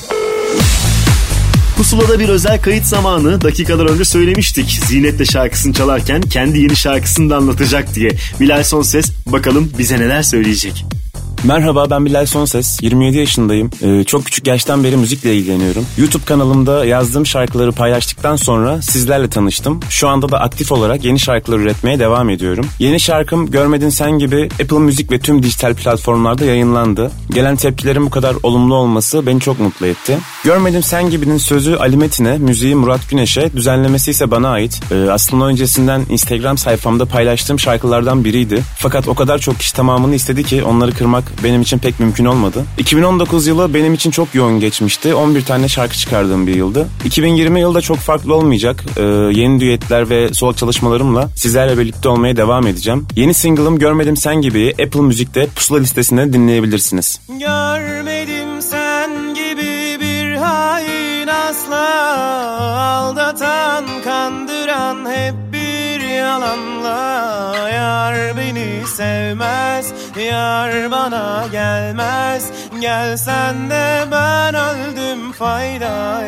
Pusula'da bir özel kayıt zamanı dakikalar önce söylemiştik. Zinet de şarkısını çalarken kendi yeni şarkısını da anlatacak diye. Bilal Sonses bakalım bize neler söyleyecek. Merhaba, ben Bilal Sonses, yirmi yedi yaşındayım. Ee, çok küçük yaştan beri müzikle ilgileniyorum. YouTube kanalımda yazdığım şarkıları paylaştıktan sonra sizlerle tanıştım. Şu anda da aktif olarak yeni şarkılar üretmeye devam ediyorum. Yeni şarkım Görmedin Sen Gibi Apple Müzik ve tüm dijital platformlarda yayınlandı. Gelen tepkilerin bu kadar olumlu olması beni çok mutlu etti. Görmedim Sen Gibi'nin sözü Ali Metin'e, müziği Murat Güneş'e, düzenlemesi ise bana ait. Ee, aslında öncesinden Instagram sayfamda paylaştığım şarkılardan biriydi. Fakat o kadar çok kişi tamamını istedi ki onları kırmak benim için pek mümkün olmadı. iki bin on dokuz yılı benim için çok yoğun geçmişti. on bir tane şarkı çıkardığım bir yıldı. iki bin yirmi yılda çok farklı olmayacak. Ee, yeni düetler ve solo çalışmalarımla sizlerle birlikte olmaya devam edeceğim. Yeni single'ım Görmedim Sen Gibi Apple Müzik'te Pusula listesinde dinleyebilirsiniz. Görmedim sen gibi bir hain asla, aldatan, kandıran hep bir yalanla. Yar beni sevmez, yar bana gelmez. Gelsen de ben öldüm, fayda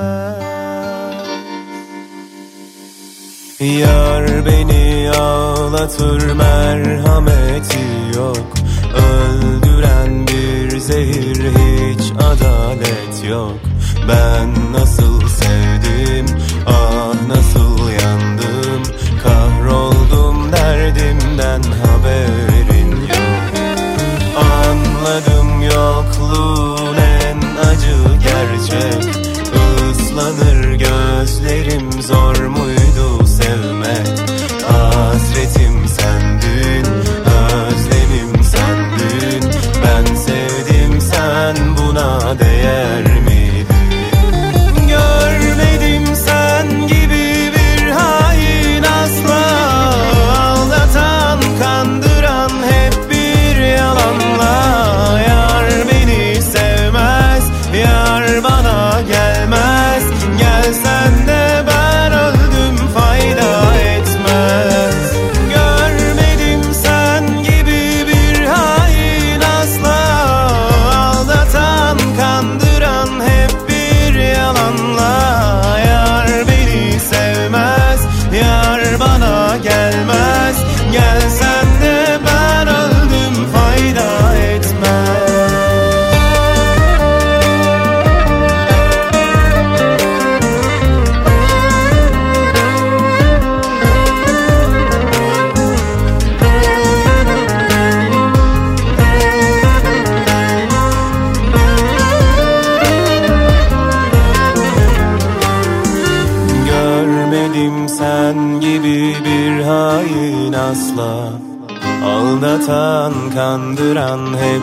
etmez. Yar beni ağlatır, merhameti yok. Öldüren bir zehir, hiç adalet yok. Ben nasıl sevdim, ah nasıl yandım. Kahroldum, derdimden haberin yok. Anladım yokluğun en acı gerçek. Islanır gözlerim, zor muydu sevmek? Hasretim sendin, özlemim sendin. Ben sevdim, sen buna değer miydin? Görmedim sen gibi bir hain asla, aldatan, kandıran hep bir yalanla. Yar beni sevmez,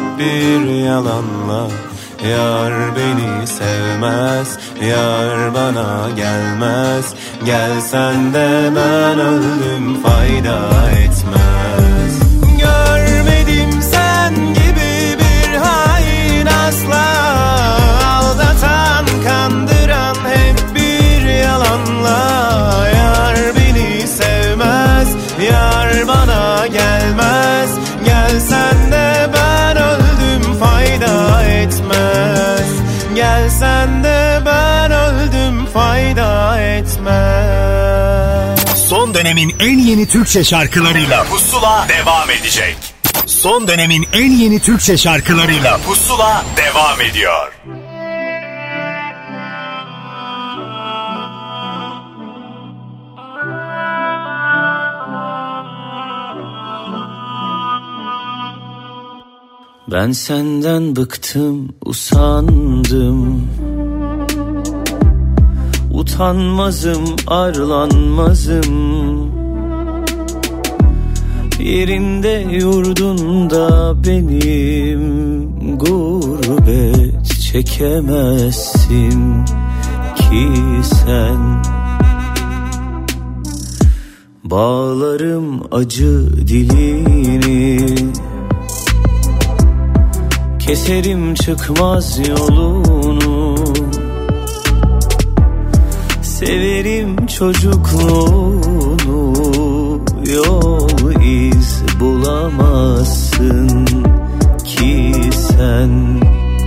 bir yalanla. Yar beni sevmez, yar bana gelmez. Gelsen de ben öldüm, fayda etmez. Görmedim sen gibi bir hain asla. Aldatan, kandıran hep bir yalanla. Yar beni sevmez, yar bana gelmez. Gelsen de ben öldüm, fayda etmez. Gelsen de ben öldüm, fayda etmez. Son dönemin en yeni Türkçe şarkılarıyla Pusula devam edecek. Son dönemin en yeni Türkçe şarkılarıyla Pusula devam ediyor. Ben senden bıktım, usandım. Utanmazım, arlanmazım. Yerinde yurdunda benim gurbet çekemezsin ki sen. Bağlarım acı dilini, keserim çıkmaz yolunu. Severim çocukluğunu, yol iz bulamazsın ki sen.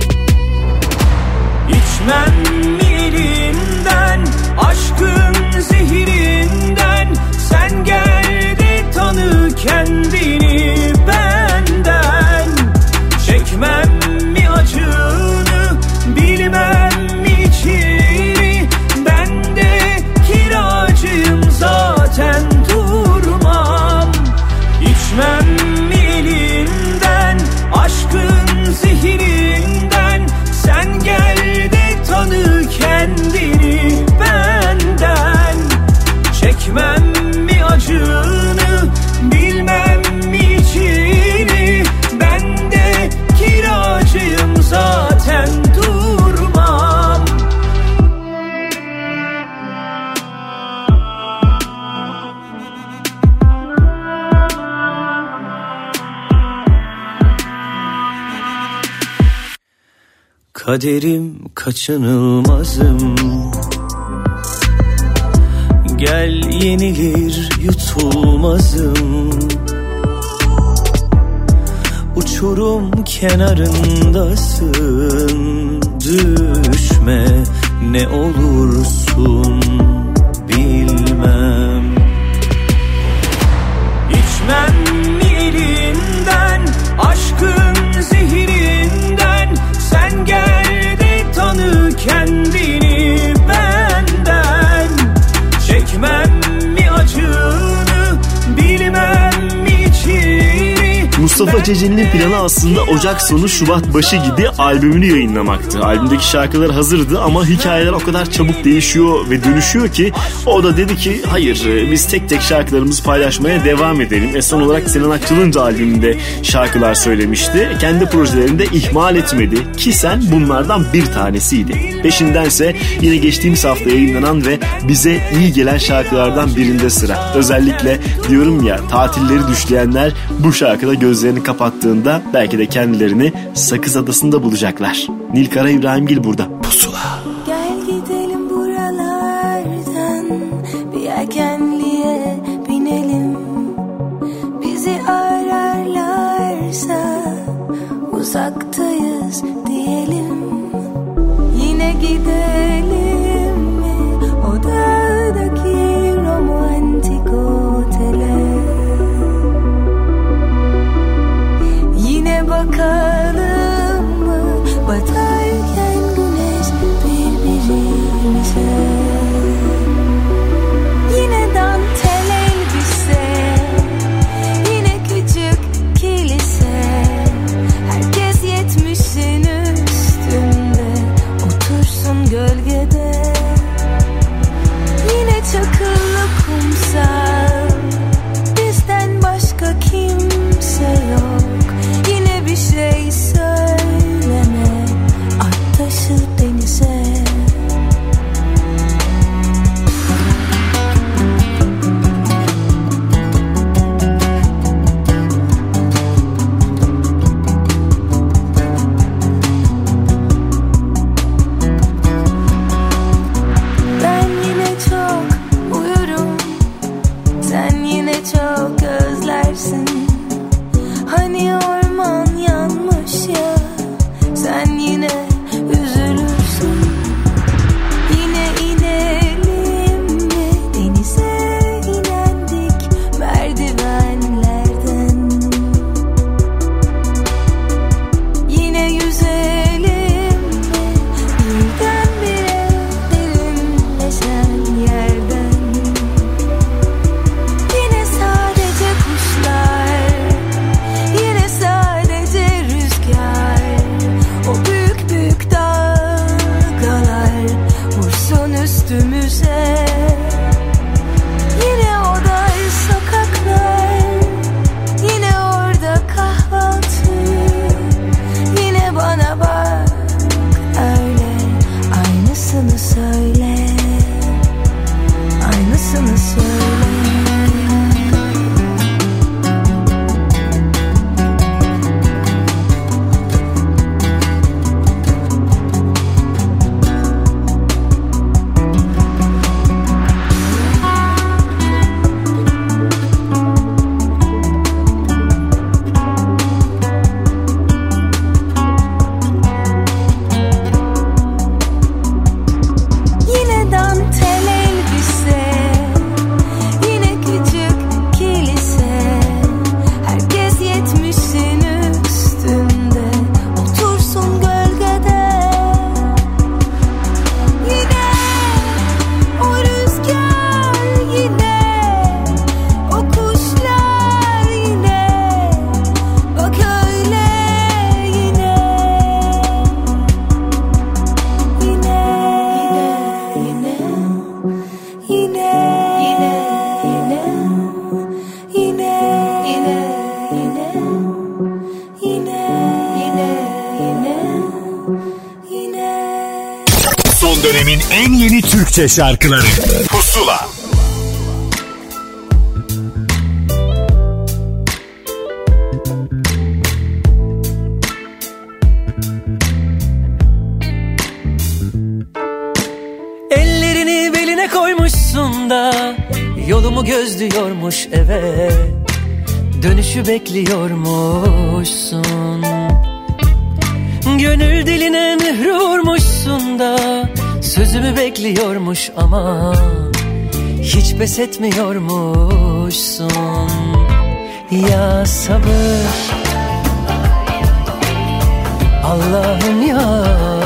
İçmem elinden, aşkın zehirinden. Sen gel de tanı kendini benden. Çekmem mi acını, bilmem mi içini. Ben de kiracıyım zaten, durmam. İçmem mi elinden, aşkın zehirinden. Sen gel de tanı kendini benden. Çekmem mi acını, bilmem mi içini. Ben de kiracıyım zaten, durmam. Kaderim kaçınılmazım. Gel yenilir yutulmazım. Uçurum kenarındasın. Düşme ne olursun bilmem. İçmem mi elinden, aşkın zehirinden. Sen gel de tanı kendini benden. Çekmem mi acını, bilmem mi içini. Mustafa Ceceli'nin planı aslında Ocak sonu Şubat başı gibi albümünü yayınlamaktı. Albümdeki şarkılar hazırdı ama hikayeler o kadar çabuk değişiyor ve dönüşüyor ki o da dedi ki hayır, biz tek tek şarkılarımızı paylaşmaya devam edelim. E son olarak Sinan Akçıl'ın da albümünde şarkılar söylemişti. Kendi projelerinde ihmal etmedi ki sen bunlardan bir tanesiydi. Peşindense yine geçtiğimiz hafta yayınlanan ve bize iyi gelen şarkılardan birinde sıra. Özellikle diyorum ya, tatilleri düşleyenler bu şarkıda gözlerini kapattığında belki de kendilerini Sakız Adası'nda bulacaklar. Nilkara İbrahimgil burada. Pusula. Gel gidelim buralardan, bir yelkenliğe binelim. Bizi ararlarsa uzaktayız diyelim. Yine gidelim mi o dağdaki romantik otele? Yine bakalım mı batarken güneş birbirimize? Yine dantel elbise, yine küçük kilise. Herkes yetmişin üstünde, otursun gölgede. söyleme, at taşı denize. Ben yine çok uyurum, sen yine çok özlersin. Hani orman yanmış ya, sen yine üzülürsün. Yine inelim mi denize, inendik merdivenlerden. Yine yüzelim mi birdenbire derinleşen yerden. Yine sadece kuşlar, yine sadece rüzgar, o büyük büyük dalgalar vursun üstümüze. Yine o dar sokaklar, yine orada kahvaltı. Yine bana bak öyle, aynısını söyle, aynısını söyle. Yine dantel elbise, yine küçük kilise. Herkes yetmişin üstünde, otursun gölgede. Yine o rüzgar, yine o kuşlar, yine bak öyle, yine yine yine yine yine yine yine yine yine yine yine yine. Son dönemin en yeni Türkçe şarkıları Pusula. Ellerini beline koymuşsun da yolumu gözlüyormuş eve. Dönüşü bekliyormuşsun. Gönül diline mührü vurmuşsun da sözümü bekliyormuş ama hiç pes etmiyormuşsun. Ya sabır, Allah'ım ya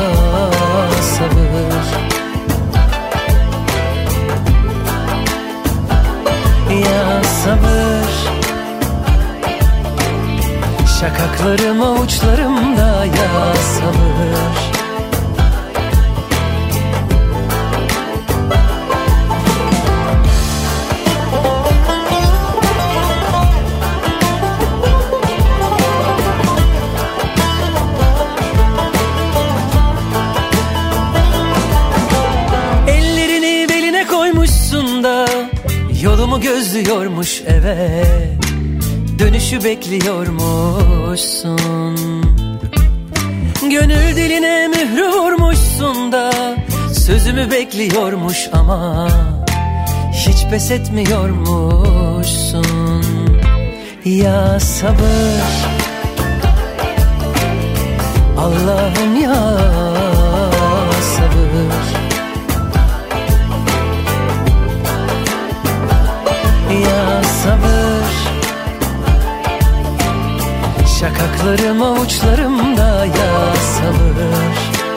sabır. Ya sabır, şakaklarım avuçlarımda ya sabır. Ellerini beline koymuşsun da yolumu gözlüyormuş eve. Dönüşü bekliyormuşsun. Gönül diline mührü vurmuşsun da sözümü bekliyormuş ama hiç pes etmiyormuşsun. Ya sabır, Allah'ım ya sabır. Ya sabır, şakaklarım avuçlarımda ya sabır.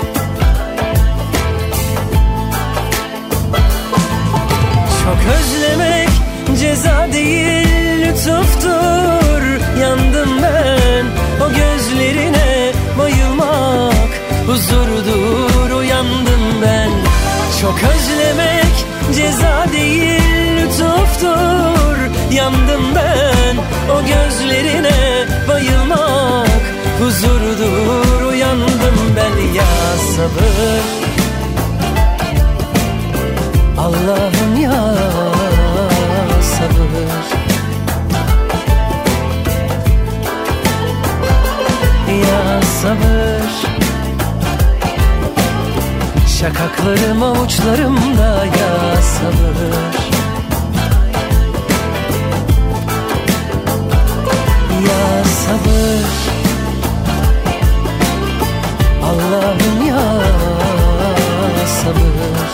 Çok özlemek ceza değil lütuftur. Yandım ben o gözlerine, bayılmak huzurdur. Uyandım ben. Çok özlemek ceza değil lütuftur. Yandım ben o gözlerine, bayılmak huzurdur. dur uyandım ben ya sabır. Allah'ım ya sabır. Ya sabır. Şakaklarım avuçlarımda ya sabır. Ya sabır. Allah'ım ya sabır.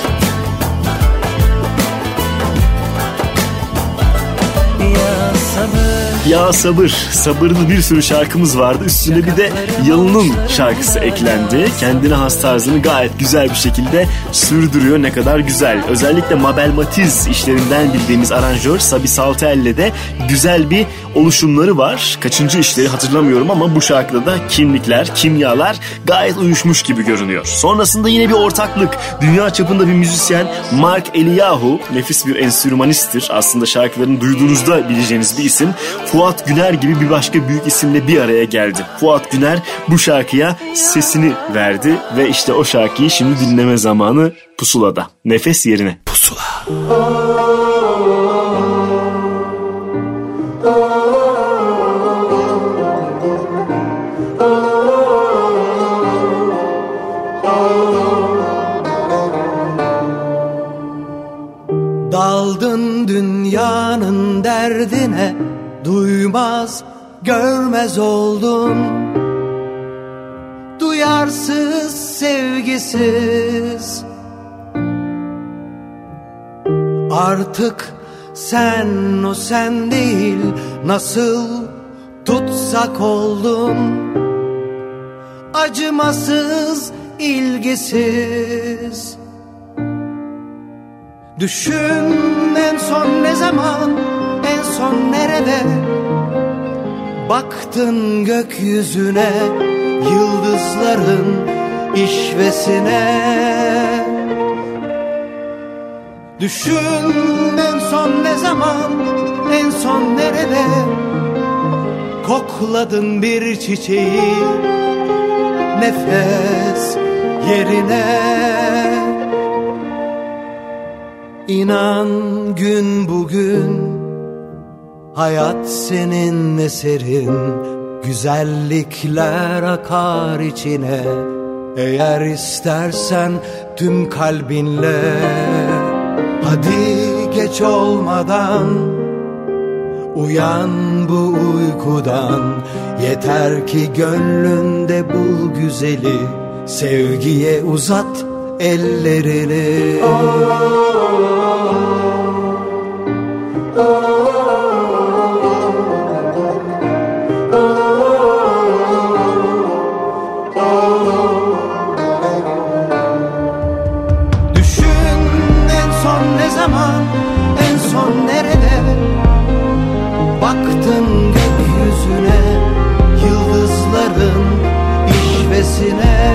Ya sabır. Ya sabır, sabırlı bir sürü şarkımız vardı. Üstüne bir de Yalın'ın şarkısı eklendi. Kendine has tarzını gayet güzel bir şekilde sürdürüyor. Ne kadar güzel. Özellikle Mabel Matiz işlerinden bildiğimiz aranjör Sabi Saltel'le de güzel bir oluşumları var. Kaçıncı işleri hatırlamıyorum ama bu şarkıda da kimlikler, kimyalar gayet uyuşmuş gibi görünüyor. Sonrasında yine bir ortaklık. Dünya çapında bir müzisyen Mark Eliyahu, nefis bir enstrümanisttir. Aslında şarkılarını duyduğunuzda bileceğiniz bir isim. Fuat Güner gibi bir başka büyük isimle bir araya geldi. Fuat Güner bu şarkıya sesini verdi ve işte o şarkıyı şimdi dinleme zamanı Pusula'da. Nefes yerine. Pusula. Daldın dünyanın derdine, duymaz görmez oldun. Duyarsız sevgisiz, artık sen o sen değil, nasıl tutsak oldun. Acımasız, ilgisiz. Düşün en son ne zaman, en son nerede? Baktın gökyüzüne, yıldızların işvesine. Düşün en son ne zaman, en son nerede? Kokladın bir çiçeği, nefes yerine. İnan gün bugün, hayat senin eserin. Güzellikler akar içine, eğer istersen tüm kalbinle. Hadi geç olmadan uyan bu uykudan. Yeter ki gönlünde bul güzeli, sevgiye uzat ellerini. Düşün en son ne zaman, en son nerede? Baktın gökyüzüne, yıldızların işvesine.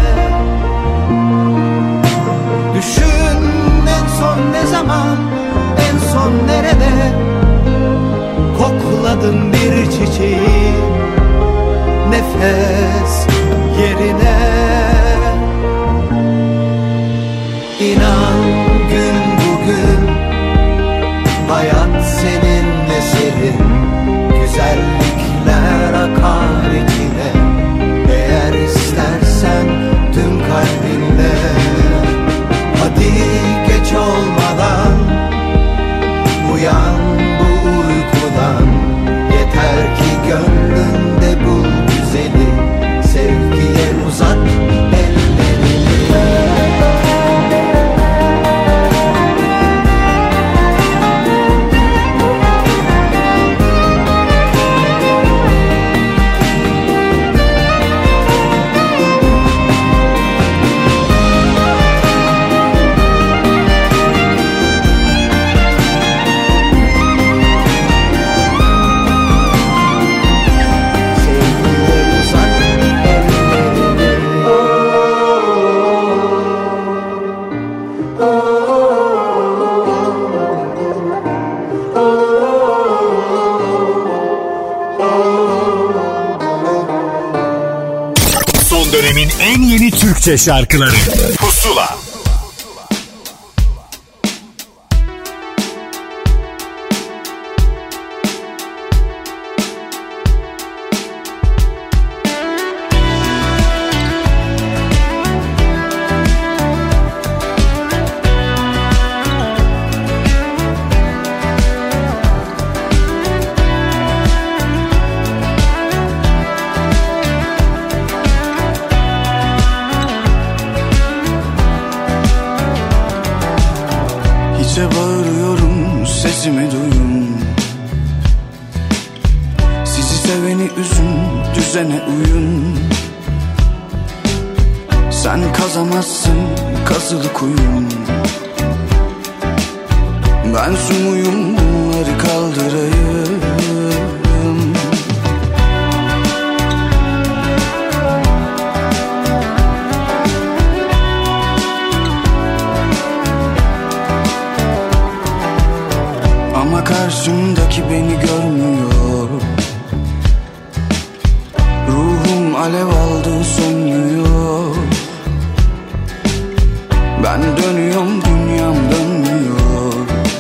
Düşün en son ne zaman, en son nerede? Kokladın bir çiçeği, nefes yerine. İnan gün bugün, Son dönemin en yeni Türkçe şarkıları Pusula. Bağırıyorum, sesimi duyun. Sizi seveni üzün, düzene uyun. Sen kazamazsın kazılı kuyun. Ben sumuyum, bunları kaldırayım. Ama karşımdaki beni görmüyor. Ruhum alev aldı, sönmüyor. Ben dönüyorum, dünyam dönmüyor.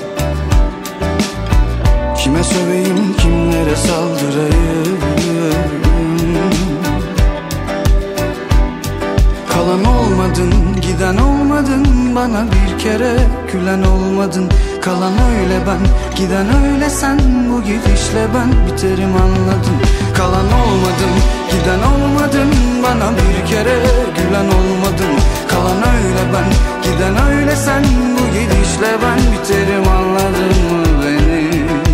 Kime söveyim, kimlere saldırayım? Kalan olmadın, giden olmadın. Bana bir kere gülen olmadın. Kalan öyle ben, giden öyle sen. Bu gidişle ben biterim anladın. Kalan olmadın, giden olmadın. Bana bir kere gülen olmadın. Kalan öyle ben, giden öyle sen. Bu gidişle ben biterim anladın mı beni?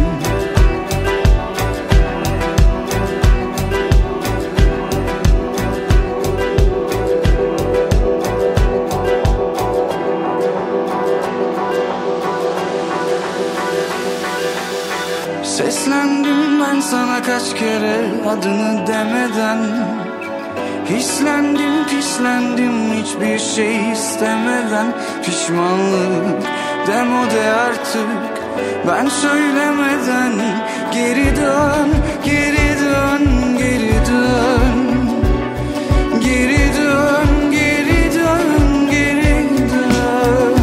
Seslendim ben sana kaç kere adını demeden. Hislendim pislendim hiçbir şey istemeden. Pişmanlık demode artık ben söylemeden. Geri dön, geri dön, geri dön. Geri dön, geri dön, geri dön.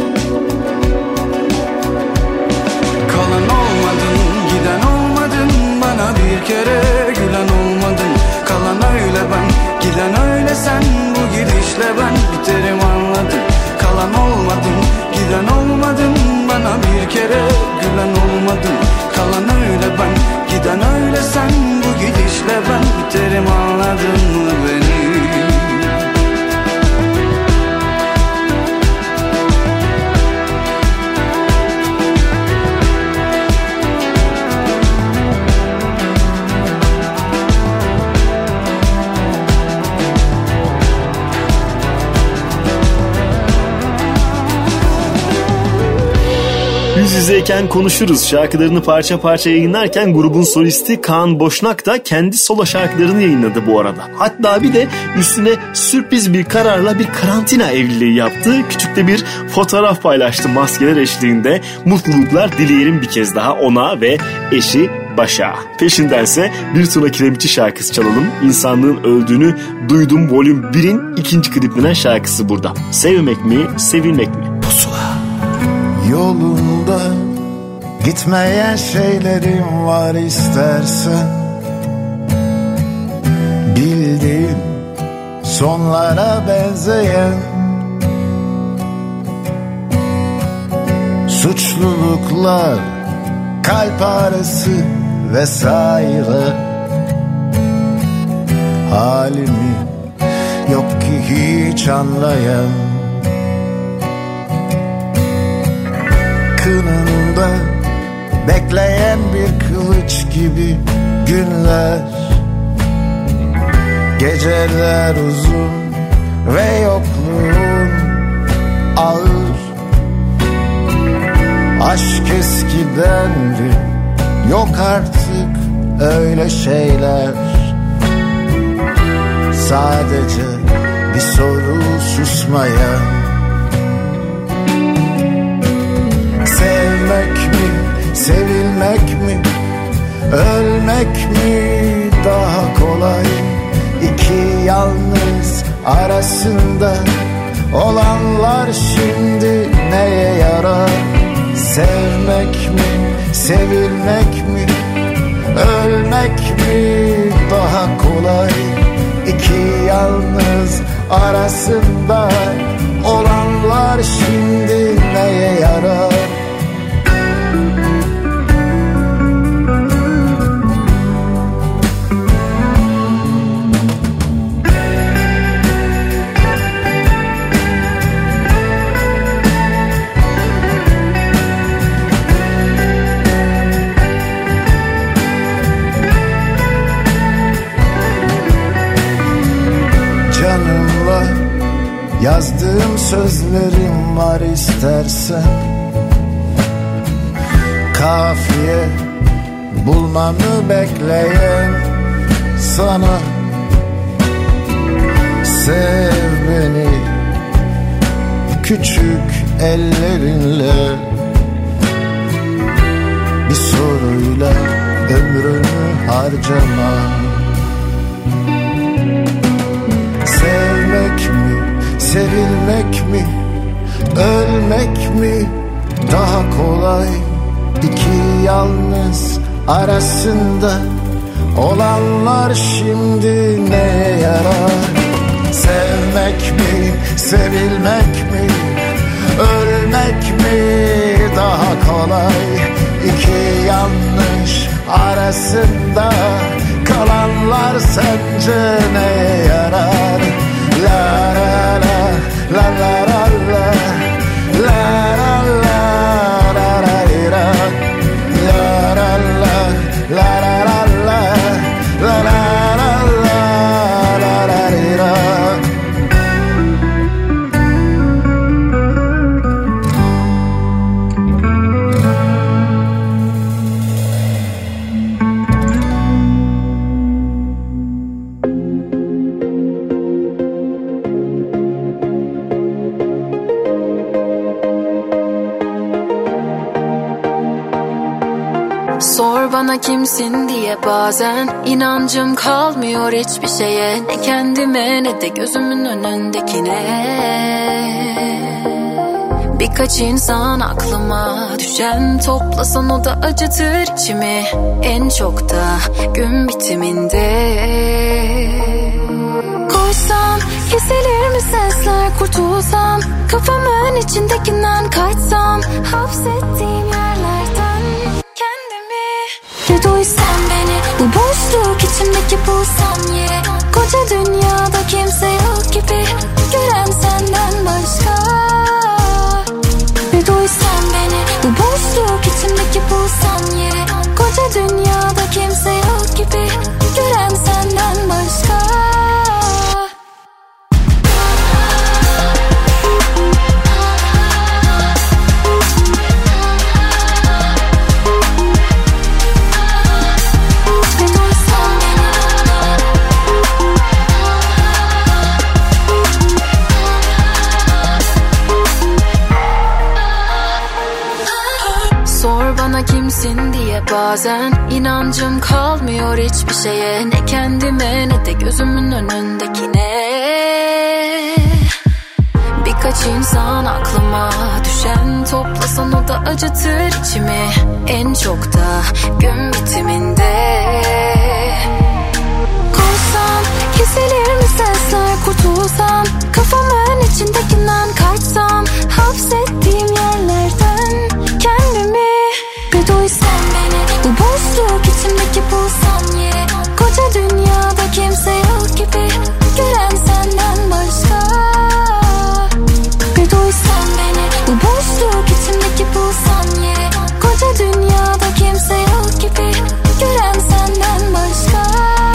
Kalan olmadın, giden olmadın. Bana bir kere gülen olmadın. Kalan öyle ben, giden öyle sen. Bu gidişle ben biterim anladın. Kalan olmadın, giden olmadın. Bana bir kere gülen olmadın. Kalan öyle ben, giden öyle sen. Bu gidişle ben biterim anladın mı beni? Yüz yüzeyken konuşuruz şarkılarını parça parça yayınlarken grubun solisti Kaan Boşnak da kendi solo şarkılarını yayınladı bu arada. Hatta bir de üstüne sürpriz bir kararla bir karantina evliliği yaptı. Küçük de bir fotoğraf paylaştı maskeler eşliğinde. Mutluluklar dileyelim bir kez daha ona ve eşi Başa. Peşindense bir Tuna Kiremitçi şarkısı çalalım. İnsanlığın öldüğünü duydum volüm birin ikinci kliplenen şarkısı burada. Sevmek mi, sevilmek mi? Pusula. Yolunda gitmeyen şeylerim var istersen. Bildiğin sonlara benzeyen suçluluklar, kalp ağrısı vesaire. Halimi yok ki hiç anlayan, kınında bekleyen bir kılıç gibi günler. Geceler uzun ve yokluğun ağır. Aşk eskidendi, yok artık öyle şeyler. Sadece bir soru susmayan. Sevmek mi, sevilmek mi, ölmek mi daha kolay? İki yalnız arasında olanlar şimdi neye yarar? Sevmek mi, sevilmek mi, ölmek mi daha kolay? İki yalnız arasında olanlar şimdi neye yarar? Canımla yazdığım sözlerim var istersen. Kafiye bulmamı bekleyen sana. Sev beni küçük ellerinle, bir soruyla ömrünü harcama. Sevmek mi, sevilmek mi, ölmek mi daha kolay? İki yalnız arasında olanlar şimdi neye yarar? Sevmek mi, sevilmek mi, ölmek mi daha kolay? İki yanlış arasında kalanlar sence neye yarar? La la la la la la la la la la la la la la la la la la la. Sor bana kimsin diye bazen inancım kalmıyor hiçbir şeye. Ne kendime ne de gözümün önündekine. Birkaç insan aklıma düşen, toplasan o da acıtır içimi. En çok da gün bitiminde. Koşsam kesilir mi sesler, kurtulsam kafamın içindekinden kaçsam, hapsettiğim yerlerden kendimi. Bir duysan beni, bu boşluk içimdeki bu saniye. Koca dünyada kimse yok gibi, gören senden başka. Bir duysan beni, bu boşluk içimdeki bu saniye. Koca dünyada kimse yok gibi, gören senden başka. Kimsin diye bazen inancım kalmıyor hiçbir şeye. Ne kendime ne de gözümün önündekine. Birkaç insan aklıma düşen, toplasan o da acıtır içimi. En çok da gün bitiminde. Koşsam kesilir mi sesler, kurtulsam kafamın içindekinden kaçsam, hapsettiğim yerlerden kendimi. Bir duysan beni, bu boşluk içimdeki bu saniye. Koca dünyada kimse yok gibi, gören senden başka. Bir duysan beni, bu boşluk içimdeki bu saniye. Koca dünyada kimse yok gibi, gören senden başka.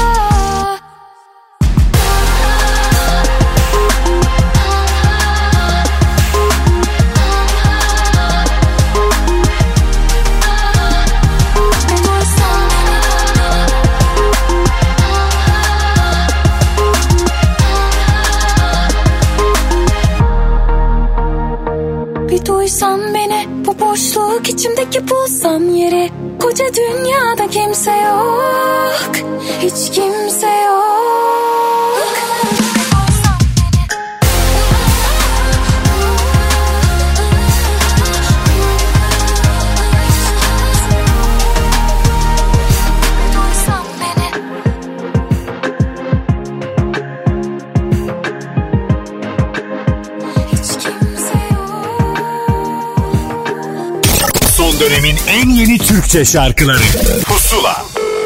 Duysan beni, bu boşluk içimdeki bulsan yeri. Koca dünyada kimse yok, hiç kimse yok. dönemin en yeni Türkçe şarkıları Pusula.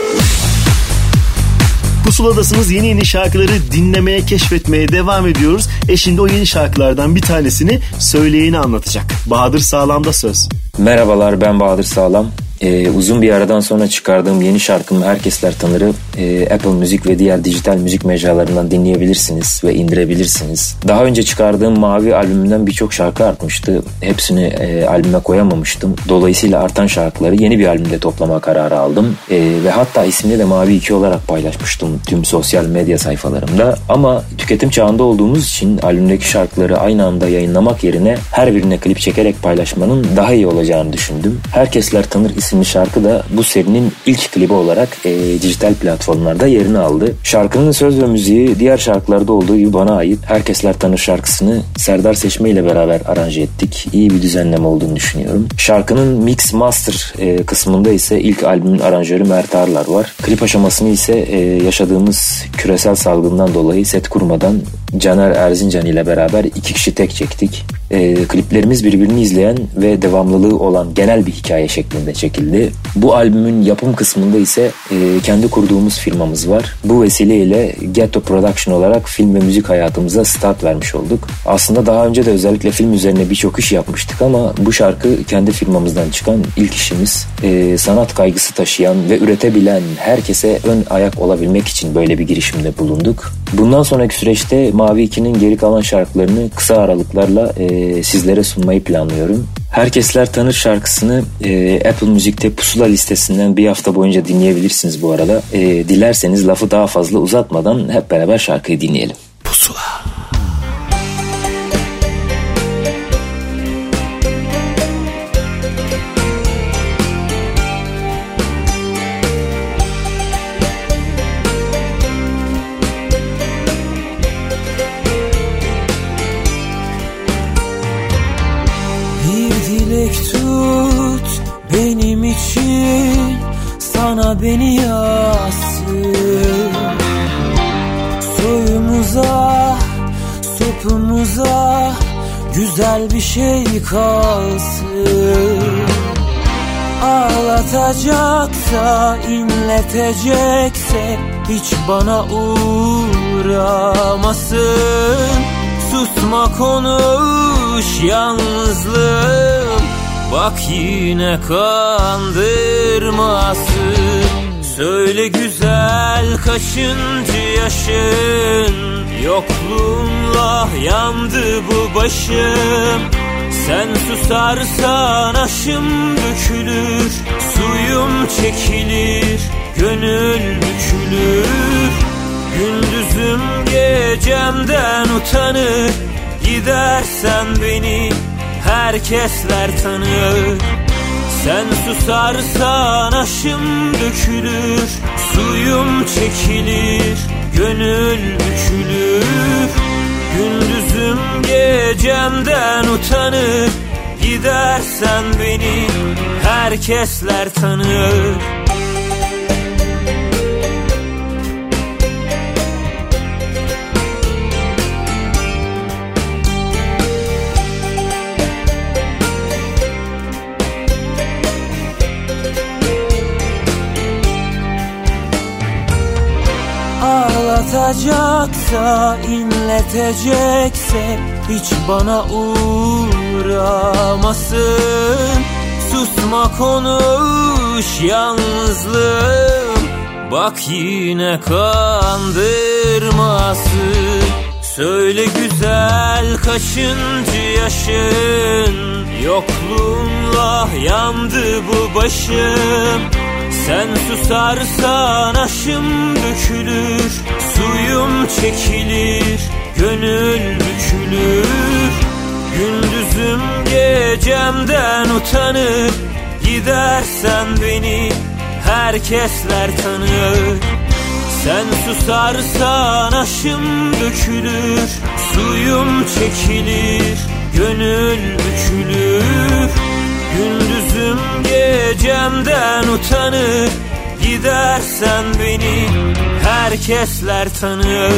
Pusuladasınız, yeni yeni şarkıları dinlemeye, keşfetmeye devam ediyoruz. E şimdi o yeni şarkılardan bir tanesini söyleyeni anlatacak. Bahadır Sağlam'da söz. Merhabalar, ben Bahadır Sağlam. Ee, uzun bir aradan sonra çıkardığım yeni şarkımı Herkesler Tanır'ı e, Apple Müzik ve diğer dijital müzik mecralarından dinleyebilirsiniz ve indirebilirsiniz. Daha önce çıkardığım Mavi albümünden birçok şarkı artmıştı. Hepsini e, albüme koyamamıştım. Dolayısıyla artan şarkıları yeni bir albümde toplama kararı aldım. E, ve hatta ismini de Mavi iki olarak paylaşmıştım tüm sosyal medya sayfalarımda. Ama tüketim çağında olduğumuz için albümdeki şarkıları aynı anda yayınlamak yerine her birine klip çekerek paylaşmanın daha iyi olacağını düşündüm. Herkesler Tanır isimli şarkı da bu serinin ilk klibi olarak e, dijital platformlarda yerini aldı. Şarkının söz ve müziği diğer şarkılarda olduğu gibi bana ait. Herkesler Tanır şarkısını Serdar Seçme ile beraber aranje ettik. İyi bir düzenleme olduğunu düşünüyorum. Şarkının mix master e, kısmında ise ilk albümün aranjörü Mert Ağırlar var. Klip aşamasını ise e, yaşadığımız küresel salgından dolayı set kurmadan Caner Erzincan ile beraber iki kişi tek çektik. E, kliplerimiz birbirini izleyen ve devamlılığı olan genel bir hikaye şeklinde çekildi. Bu albümün yapım kısmında ise e, kendi kurduğumuz firmamız var. Bu vesileyle Ghetto Production olarak film ve müzik hayatımıza start vermiş olduk. Aslında daha önce de özellikle film üzerine birçok iş yapmıştık ama bu şarkı kendi firmamızdan çıkan ilk işimiz. E, sanat kaygısı taşıyan ve üretebilen herkese ön ayak olabilmek için böyle bir girişimde bulunduk. Bundan sonraki süreçte Mavi iki'nin geri kalan şarkılarını kısa aralıklarla e, sizlere sunmayı planlıyorum. Herkesler Tanır şarkısını e, Apple Müzik'te Pusula listesinden bir hafta boyunca dinleyebilirsiniz bu arada. E, dilerseniz lafı daha fazla uzatmadan hep beraber şarkıyı dinleyelim. Pusula. Tut benim için, sana beni yazsın. Soyumuza, sopumuza güzel bir şey kalsın. Ağlatacaksa, inletecekse hiç bana uğramasın. Susma, konuş, yalnızlığım bak yine kandırmasın. Söyle güzel, kaçıncı yaşın? Yokluğunla yandı bu başım. Sen susarsan aşım dökülür, suyum çekilir, gönül bükülür. Gündüzüm gecemden utanır, gidersen beni herkesler tanır. Sen susarsan aşım dökülür, suyum çekilir, gönül bükülür. Gündüzüm gecemden utanır, gidersen beni herkesler tanır. Ağlatacaksa, inletecekse hiç bana uğramasın. Susma, konuş, yalnızlığım bak yine kandırmasın. Söyle güzel, kaçıncı yaşın? Yokluğunla yandı bu başım. Sen susarsan aşım dökülür, suyum çekilir, gönül bükülür. Gündüzüm gecemden utanır, gidersen beni herkesler tanır. Sen susarsan aşım dökülür, suyum çekilir, gönül bükülür. Gündüzüm gecemden utanır, gidersen beni herkesler tanır.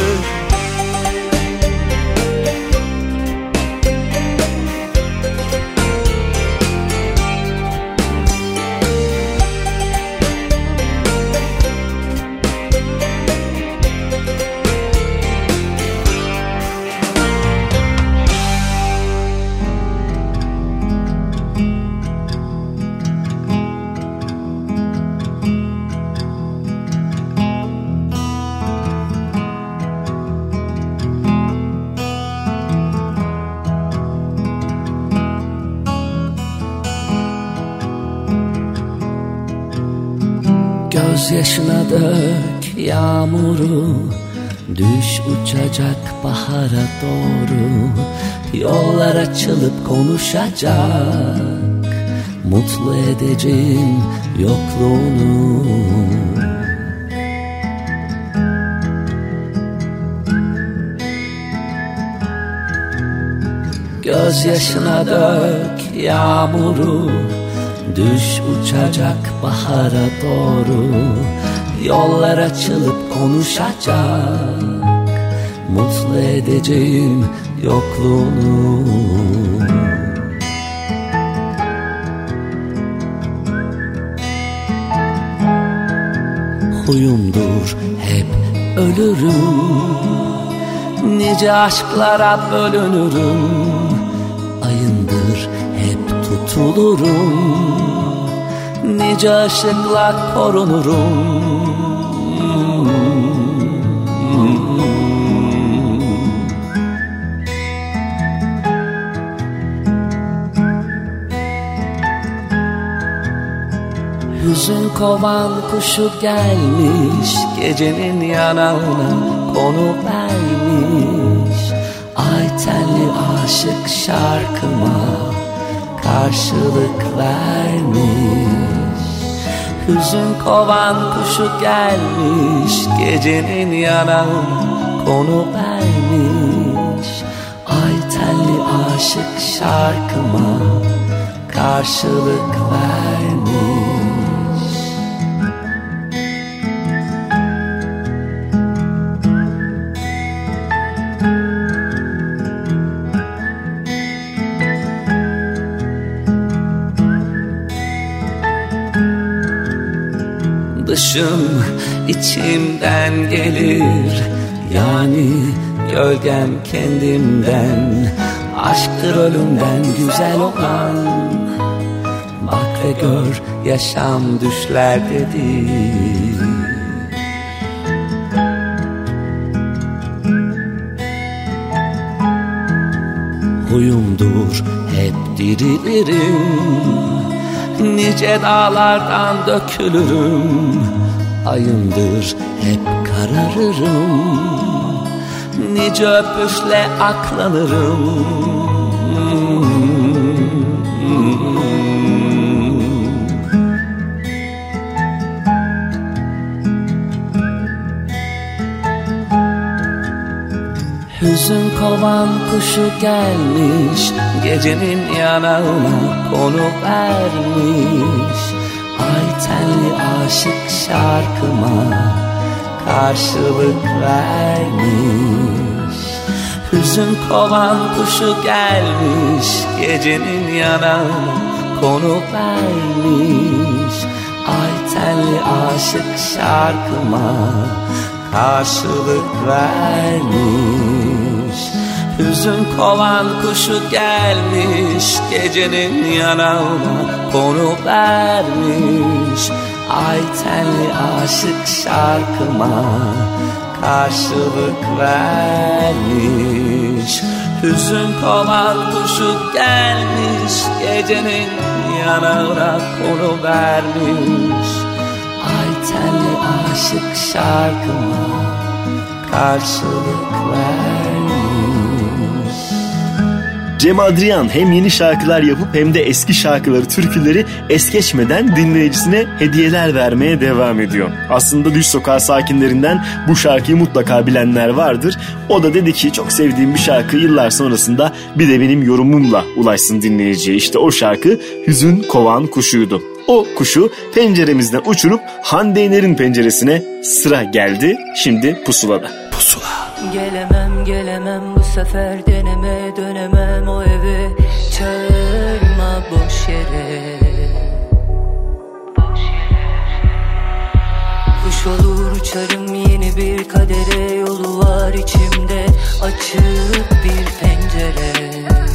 Gözyaşına dök yağmuru, düş uçacak bahara doğru. Yollar açılıp konuşacak, mutlu edeceğim yokluğunu. Gözyaşına dök yağmuru, düş uçacak bahara doğru. Yollar açılıp konuşacak, mutlu edeceğim yokluğunu. Huyumdur hep ölürüm, nice aşklara bölünürüm. Ayındır hep tutulurum, nice aşıkla korunurum. Hüzün kovan kuşu gelmiş, gecenin yanağına konu vermiş. Ay tenli aşık şarkıma karşılık vermiş. Hüzün kovan kuşu gelmiş, gecenin yanağına konu vermiş. Ay tenli aşık şarkıma karşılık vermiş. Dışım içimden gelir, yani gölgem kendimden. Aşktır ölümden güzel olan, bak ve gör yaşam düşlerdedir. Huyumdur hep dirilirim, nice dağlardan dökülürüm. Ayımdır hep kararırım, nice öpüşle aklanırım. Hüzün kovan kuşu gelmiş, gecenin yanağına konu vermiş. Ay tenli aşık şarkıma karşılık vermiş. Hüzün kovan kuşu gelmiş, gecenin yanağına konu vermiş. Ay tenli aşık şarkıma karşılık vermiş. Hüzün kovan kuşu gelmiş, gecenin yanağına konu vermiş. Ay tenli aşık şarkıma karşılık vermiş. Hüzün kovan kuşu gelmiş, gecenin yanağına konu vermiş. Ay tenli aşık şarkıma karşılık vermiş. Cem Adrian hem yeni şarkılar yapıp hem de eski şarkıları, türküleri es geçmeden dinleyicisine hediyeler vermeye devam ediyor. Aslında Düş Sokağı sakinlerinden bu şarkıyı mutlaka bilenler vardır. O da dedi ki çok sevdiğim bir şarkı yıllar sonrasında bir de benim yorumumla ulaşsın dinleyiciye. İşte o şarkı Hüzün Kovan Kuşu'ydu. O kuşu penceremizden uçurup Hande Yener'in penceresine sıra geldi. Şimdi Pusula'da. Pusula. Gelemem gelemem bu sefer, deneme dönemem o eve. Çağırma boş yere. Kuş olur uçarım yeni bir kadere. Yolu var içimde açık bir pencere.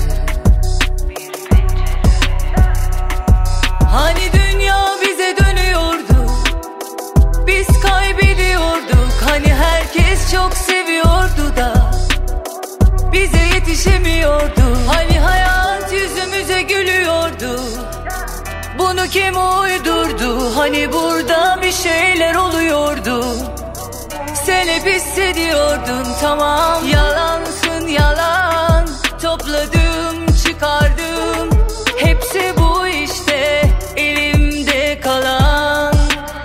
Hani dünya bize dönüyordu, biz kaybediyorduk. Hani herkes çok seviyordu da bize yetişemiyordu. Hani hayat yüzümüze gülüyordu, bunu Bunu kim uydurdu? Hani burada bir şeyler oluyordu. Sen hep hissediyordun, tamam. Yalansın yalan, topladım çıkardım. Hepsi bu işte, elimde kalan.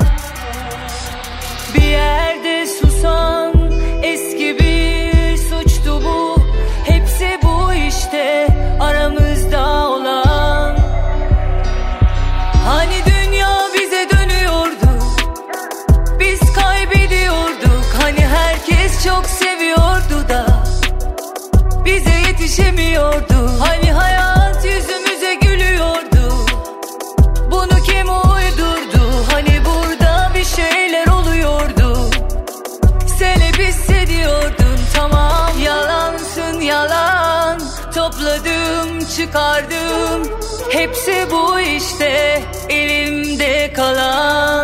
Bir yerde susan eski bir suçtu bu. Hepsi bu işte, aramızda olan. Hani dünya bize dönüyordu, biz kaybediyorduk. Hani herkes çok seviyordu da bize yetişemiyordu. Hani hayat yüzümüze gülüyordu. Bunu kim uydurdu? Hani burada bir şeyler oluyordu. Sen hep hissediyordun, tamam. Yalansın yalan, topladım çıkardım. Hepsi bu işte, elimde kalan.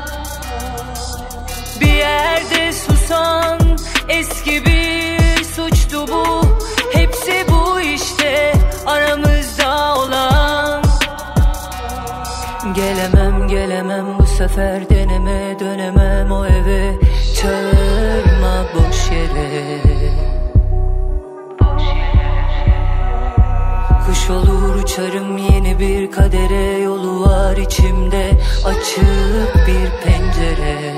Bir yerde susan eski bir suçtu bu. Hepsi bu işte, aramızda olan. Gelemem gelemem bu sefer, deneme dönemem o eve. Çağırma boş yere. Kuş olur uçarım yeni bir kadere. Yolu var içimde, açık bir pencere.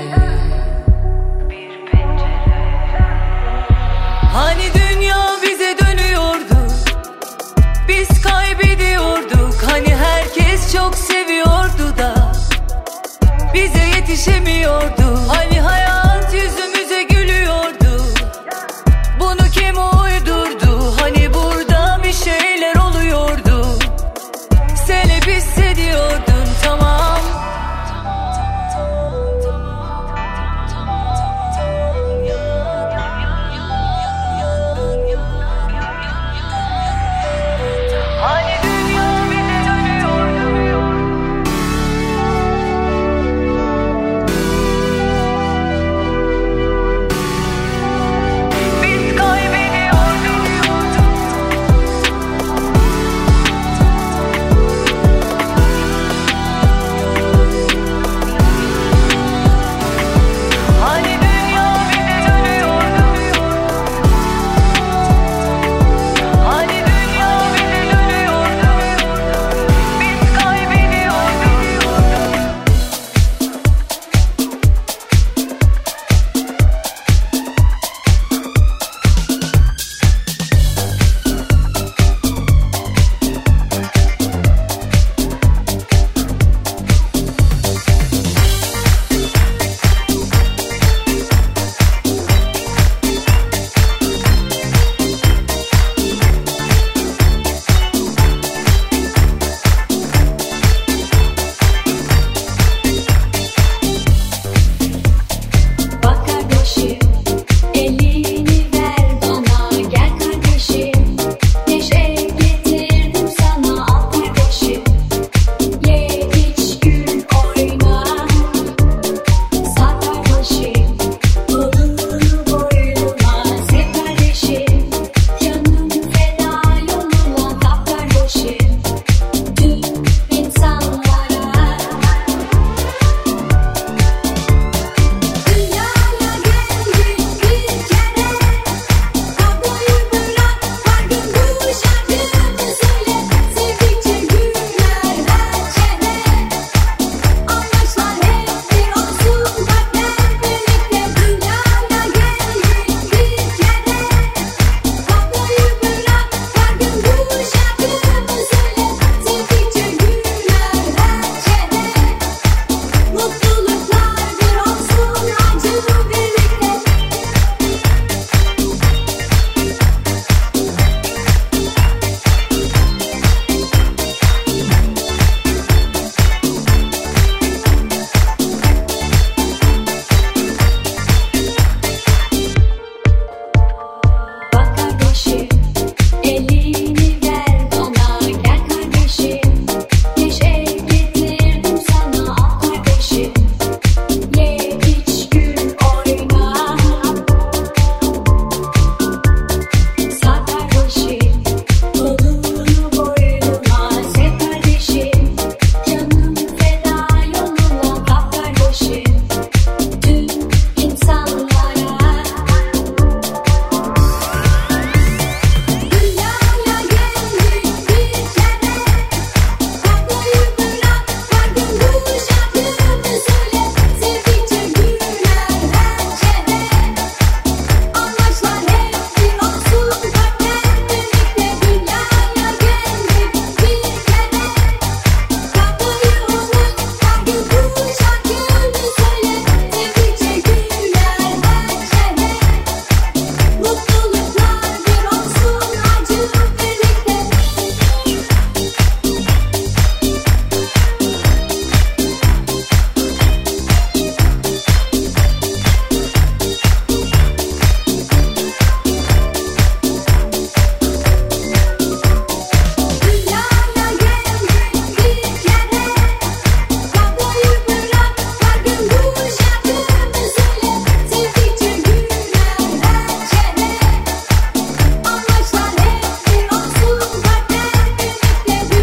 Hani dünya bize dönüyordu, biz kaybediyorduk. Hani herkes çok seviyordu da bize yetişemiyordu. Hani hayat yüzümüze gülüyordu. Bunu kim uydurdu? Hani burada bir şeyler oluyordu. Sen hep hissediyordun, tamam. Hani dünya bize dönüyordu.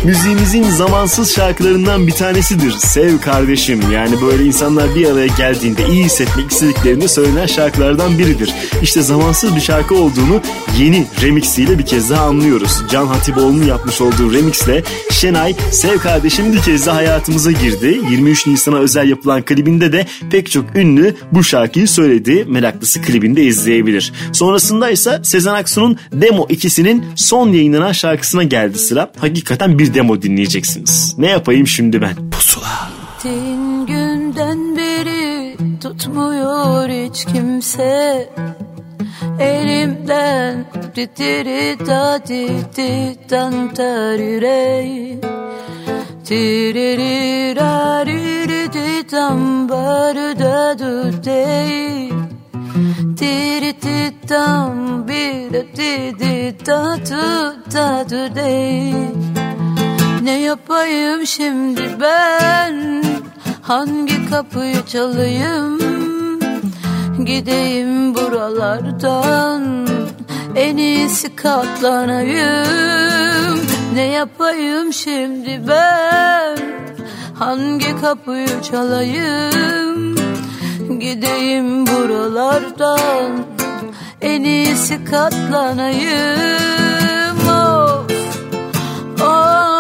müziğimizin zamansız şarkılarından bir tanesidir. Sev kardeşim, yani böyle insanlar bir araya geldiğinde iyi hissetmek istediklerinde söylenen şarkılardan biridir. İşte zamansız bir şarkı olduğunu yeni remixiyle bir kez daha anlıyoruz. Can Hatipoğlu'nun yapmış olduğu remixle Şenay Sev kardeşim bir kez daha hayatımıza girdi. yirmi üç Nisan'a özel yapılan klibinde de pek çok ünlü bu şarkıyı söyledi. Meraklısı klibinde izleyebilir. Sonrasında ise Sezen Aksu'nun Demo ikisinin son yayınlanan şarkısına geldi sıra. Hakikaten bir demo dinleyeceksiniz. Ne yapayım şimdi ben? Pusula. Gittiğin günden beri tutmuyor hiç kimse elimden, titiri da titi tan tarirey, tiriri rariri titam baru da dudey, tiri titam bir titi ta tu ta dudey. Ne yapayım şimdi ben? Hangi kapıyı çalayım? Gideyim buralardan, en iyisi katlanayım. Ne yapayım şimdi ben? Hangi kapıyı çalayım? Gideyim buralardan, en iyisi katlanayım. Of, of.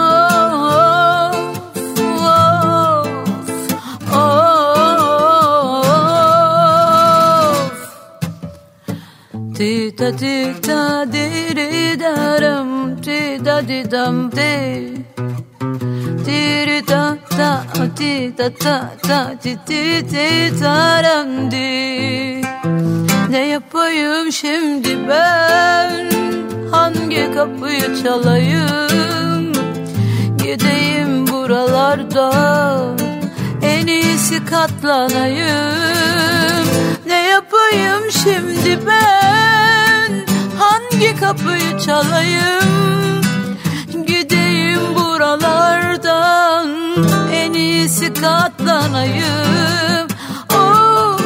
Ti ta ti ta di ri da ram ti da di dam ti ti ri ta ta ti ta ta ta ti ti ti ta ram di. Ne yapayım şimdi ben? Hangi kapıyı çalayım? Gideyim buralardan, en iyisi katlanayım. Ne yapayım şimdi ben? Hangi kapıyı çalayım? Gideyim buralardan, en iyisi katlanayım. Of,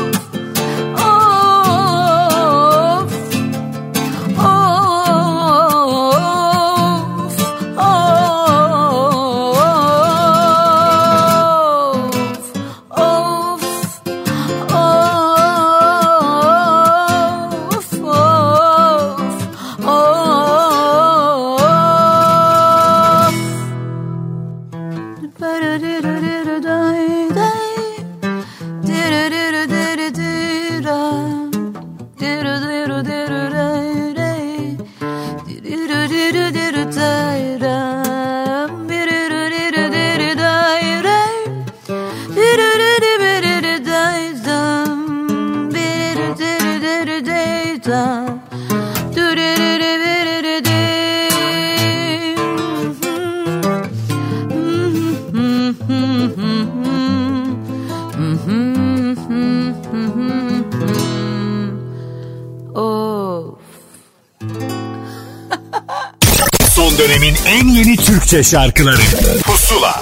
of, of, of, Son dönemin en yeni Türkçe şarkıları Pusula.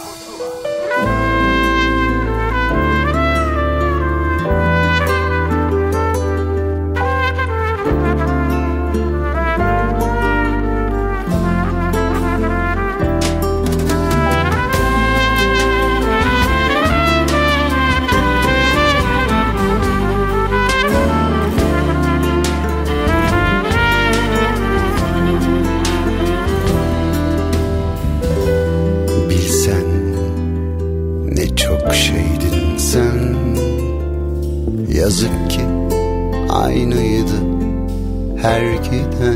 Yazık ki aynıydı her giden.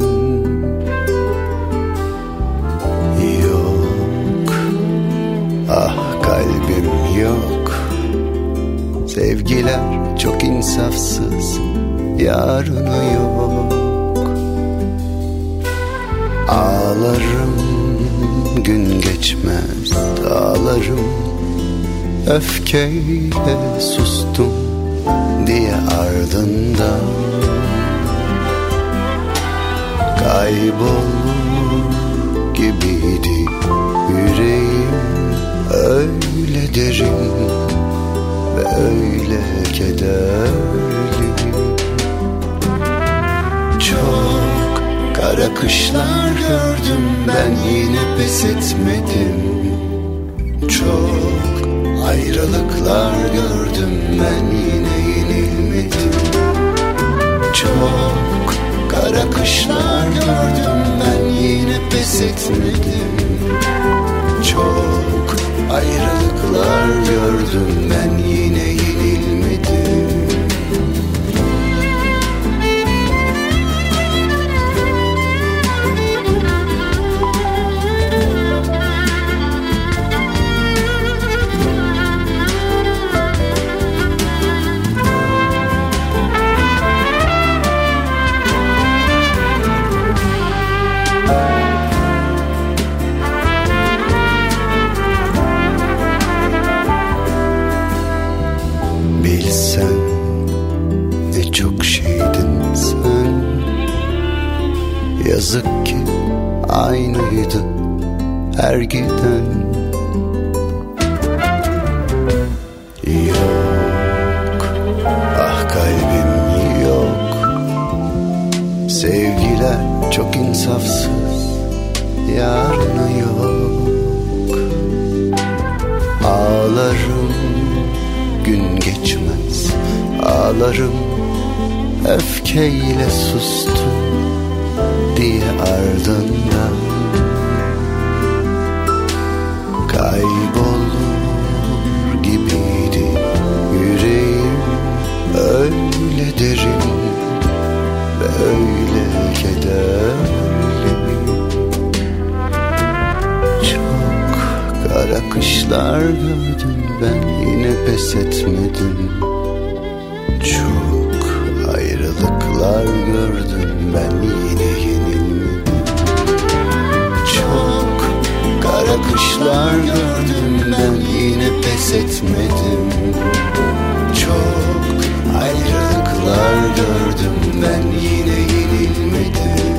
Yok, ah kalbim yok. Sevgiler çok insafsız, yarını yok. Ağlarım, gün geçmez ağlarım. Öfkeyle sustum diye ardından kaybolur gibiydi yüreğim. Öyle derin ve öyle kederli. Çok Kara kışlar gördüm ben yine pes etmedim. Çok ayrılıklar gördüm ben yine yenilmedim. Çok kara kışlar gördüm ben yine pes etmedim. Çok ayrılıklar gördüm ben yine yenilmedim. Bilsen ne çok şeydin sen. Yazık ki aynıydı her giden. Yok, ah kalbim yok. Sevgiler çok insafsız, yarını yok. Ağlarım, gün geçmez, ağlarım, öfkeyle sustum diye ardından. Kaybolur gibiydi yüreğim, öyle derin ve öyle kederli. Çok kara kışlar gördüm ben yine pes etmedim. Çok ayrılıklar gördüm ben yine yenilmedim. Çok kara kışlar gördüm ben yine pes etmedim. Çok ayrılıklar gördüm ben yine yenilmedim.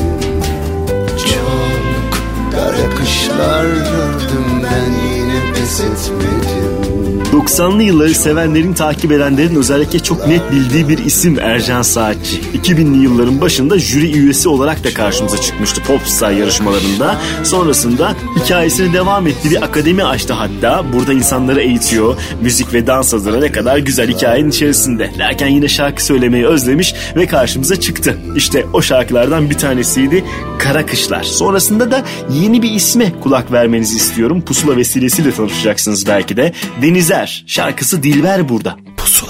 Çok kara kışlar gördüm ben yine pes etmedim. doksanlı yılları sevenlerin, takip edenlerin özellikle çok net bildiği bir isim Ercan Saatçi. iki binli yılların başında jüri üyesi olarak da karşımıza çıkmıştı Popstar yarışmalarında. Sonrasında hikayesine devam etti, bir akademi açtı hatta. Burada insanları eğitiyor, müzik ve dans adına. Ne kadar güzel hikayenin içerisinde. Derken yine şarkı söylemeyi özlemiş ve karşımıza çıktı. İşte o şarkılardan bir tanesiydi Kara Kışlar. Sonrasında da yeni bir isme kulak vermenizi istiyorum. Pusula vesilesiyle tanışacaksınız belki de. Denizer. Şarkısı Dilber burada. Pusula.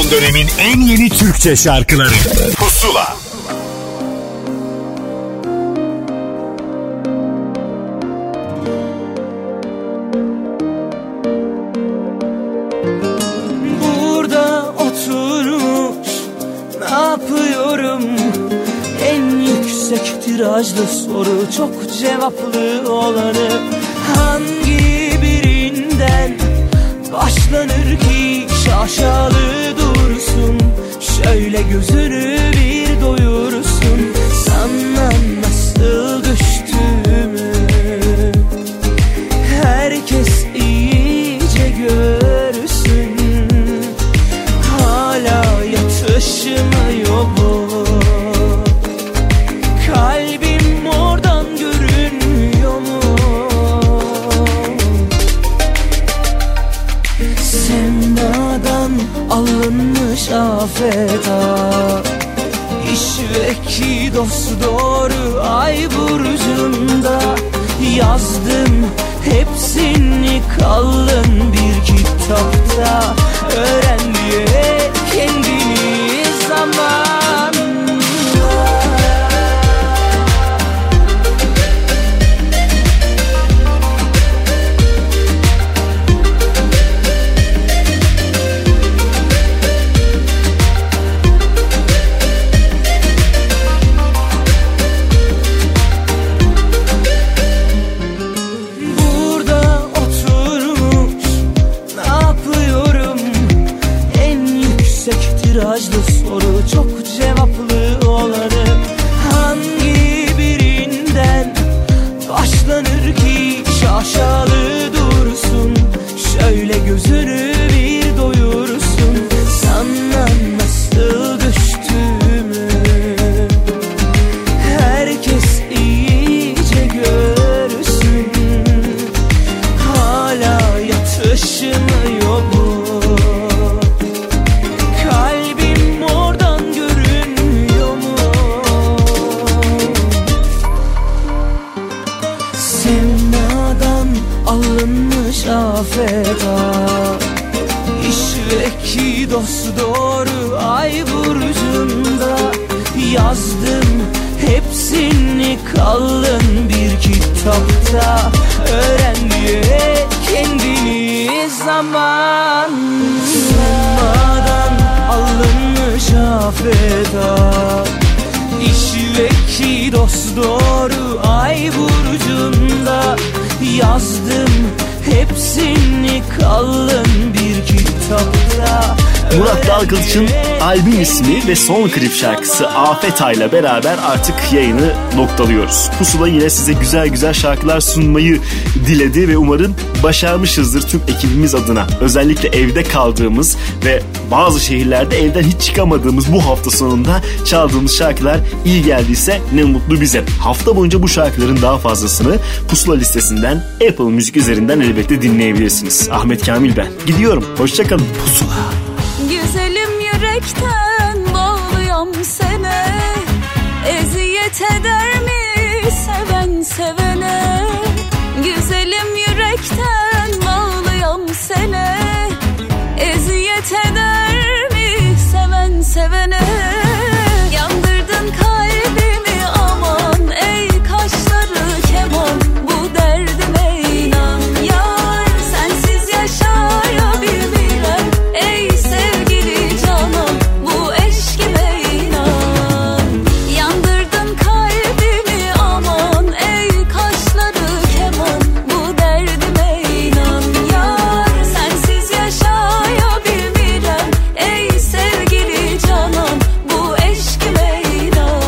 Son dönemin en yeni Türkçe şarkıları Pusula. Burada oturmuş ne yapıyorum? En yüksek tirajlı soru, çok cevaplı olanı hangi birinden başlanır ki şaşalı dursun? Şöyle gözünü bir doyursun, sana nasıl düştüğümü herkes iyice görsün. Hala yatışmıyor bu kalbim, oradan görünmüyor mu? Sevdadan alınmış afet ha, İşveki dost doğru ay burcunda yazdım hepsini kalın bir kitapta. Öğren diye kendini zamanla. Burada oturmuş ne yapıyorum? En yüksek tirajlı soru, çok cevaplı olanı hangi birinden başlanır ki şaşalı dursun? Şöyle gözünü bir doyursun, sana nasıl düştüğümü herkes iyice görsün. Hala yatışmıyor bu kalbim, oradan görünmüyor mu? Sevdadan alınmış afet ha, İşveki dost doğru ay burcunda yazdım hepsini kalın bir kitapta. Öğren diye kendini zaman. Sevdadan alınmış afet ha, İşveki dost doğru ay burcunda yazdım hepsini kalın bir kitapta. Murat Dalgıç'ın albüm ismi ve son klip şarkısı Afeta ile beraber artık yayını noktalıyoruz. Pusula yine size güzel güzel şarkılar sunmayı diledi ve umarım başarmışızdır tüm ekibimiz adına. Özellikle evde kaldığımız ve bazı şehirlerde evden hiç çıkamadığımız bu hafta sonunda çaldığımız şarkılar iyi geldiyse ne mutlu bize. Hafta boyunca bu şarkıların daha fazlasını Pusula listesinden Apple Müzik üzerinden elbette dinleyebilirsiniz. Ahmet Kamil ben. Gidiyorum. Hoşçakalın. Pusula. Güzelim yürekten bağlıyam sene, eziyet eder mi seven sevene? Güzelim yürekten bağlıyam sene, eziyet eder mi seven sevene? Yandırdın kalbimi aman, ey kaşları keman, bu derdime inan yar, sensiz yaşayabilmem. Ey sevgili canım, bu eşkime inan. Yandırdın kalbimi aman, ey kaşları keman, bu derdime inan yar, sensiz yaşayabilmem. Ey sevgili canım, bu eşkime inan.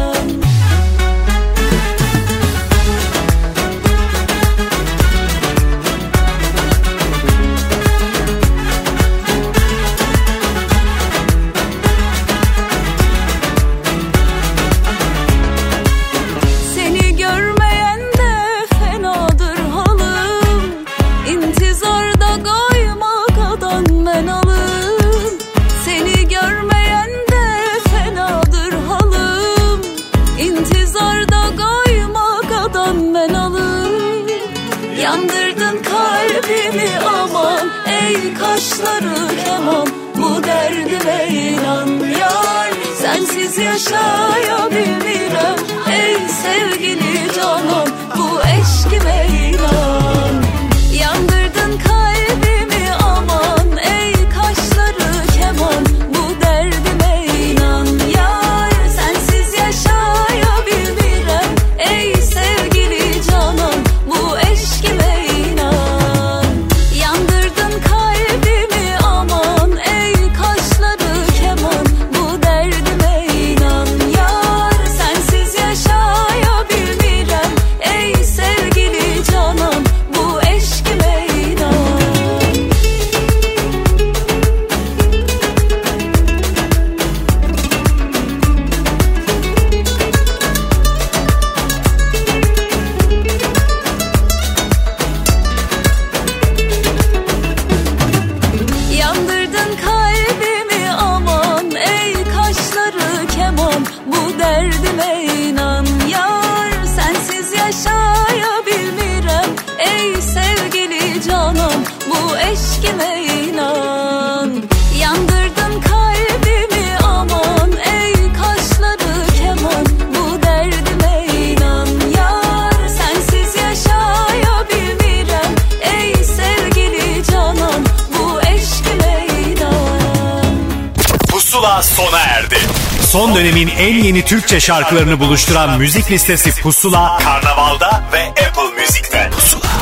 Seni görmeyen de fenadır halım, İntizarda kaymaktan ben alım. Seni görmeyen de fenadır halım, İntizarda kaymaktan ben alım. Yandırdın kalbimi aman, ey kaşları keman, bu derdime inan yar. Sensiz yaşayabilmirem ey sevgili canan, bu eşkime inan. Yandırdın kalbimi aman ey kaşları keman, bu derdime inan yar. Sensiz yaşayabilmirem ey sevgili canan, bu eşkime inan. Yandırdın kalbimi aman ey kaşları keman, bu derdime inan yar. Sensiz yaşayabilmirem ey sevgili canan, bu eşkime inan. Yandırdın kalbimi aman ey kaşları keman, bu derdime inan yar. Sensiz yaşayabilmirem ey sevgili canan, bu eşkime inan. Yandırdın kalbimi aman ey kaşları keman, bu derdime inan yar. Sensiz yaşayabilmirem ey sevgili canan, bu eşkime inan. Pusula sona erdi. Son dönemin en yeni Türkçe şarkılarını buluşturan müzik listesi Pusula, Karnaval'da ve Apple Music'te. Pusula.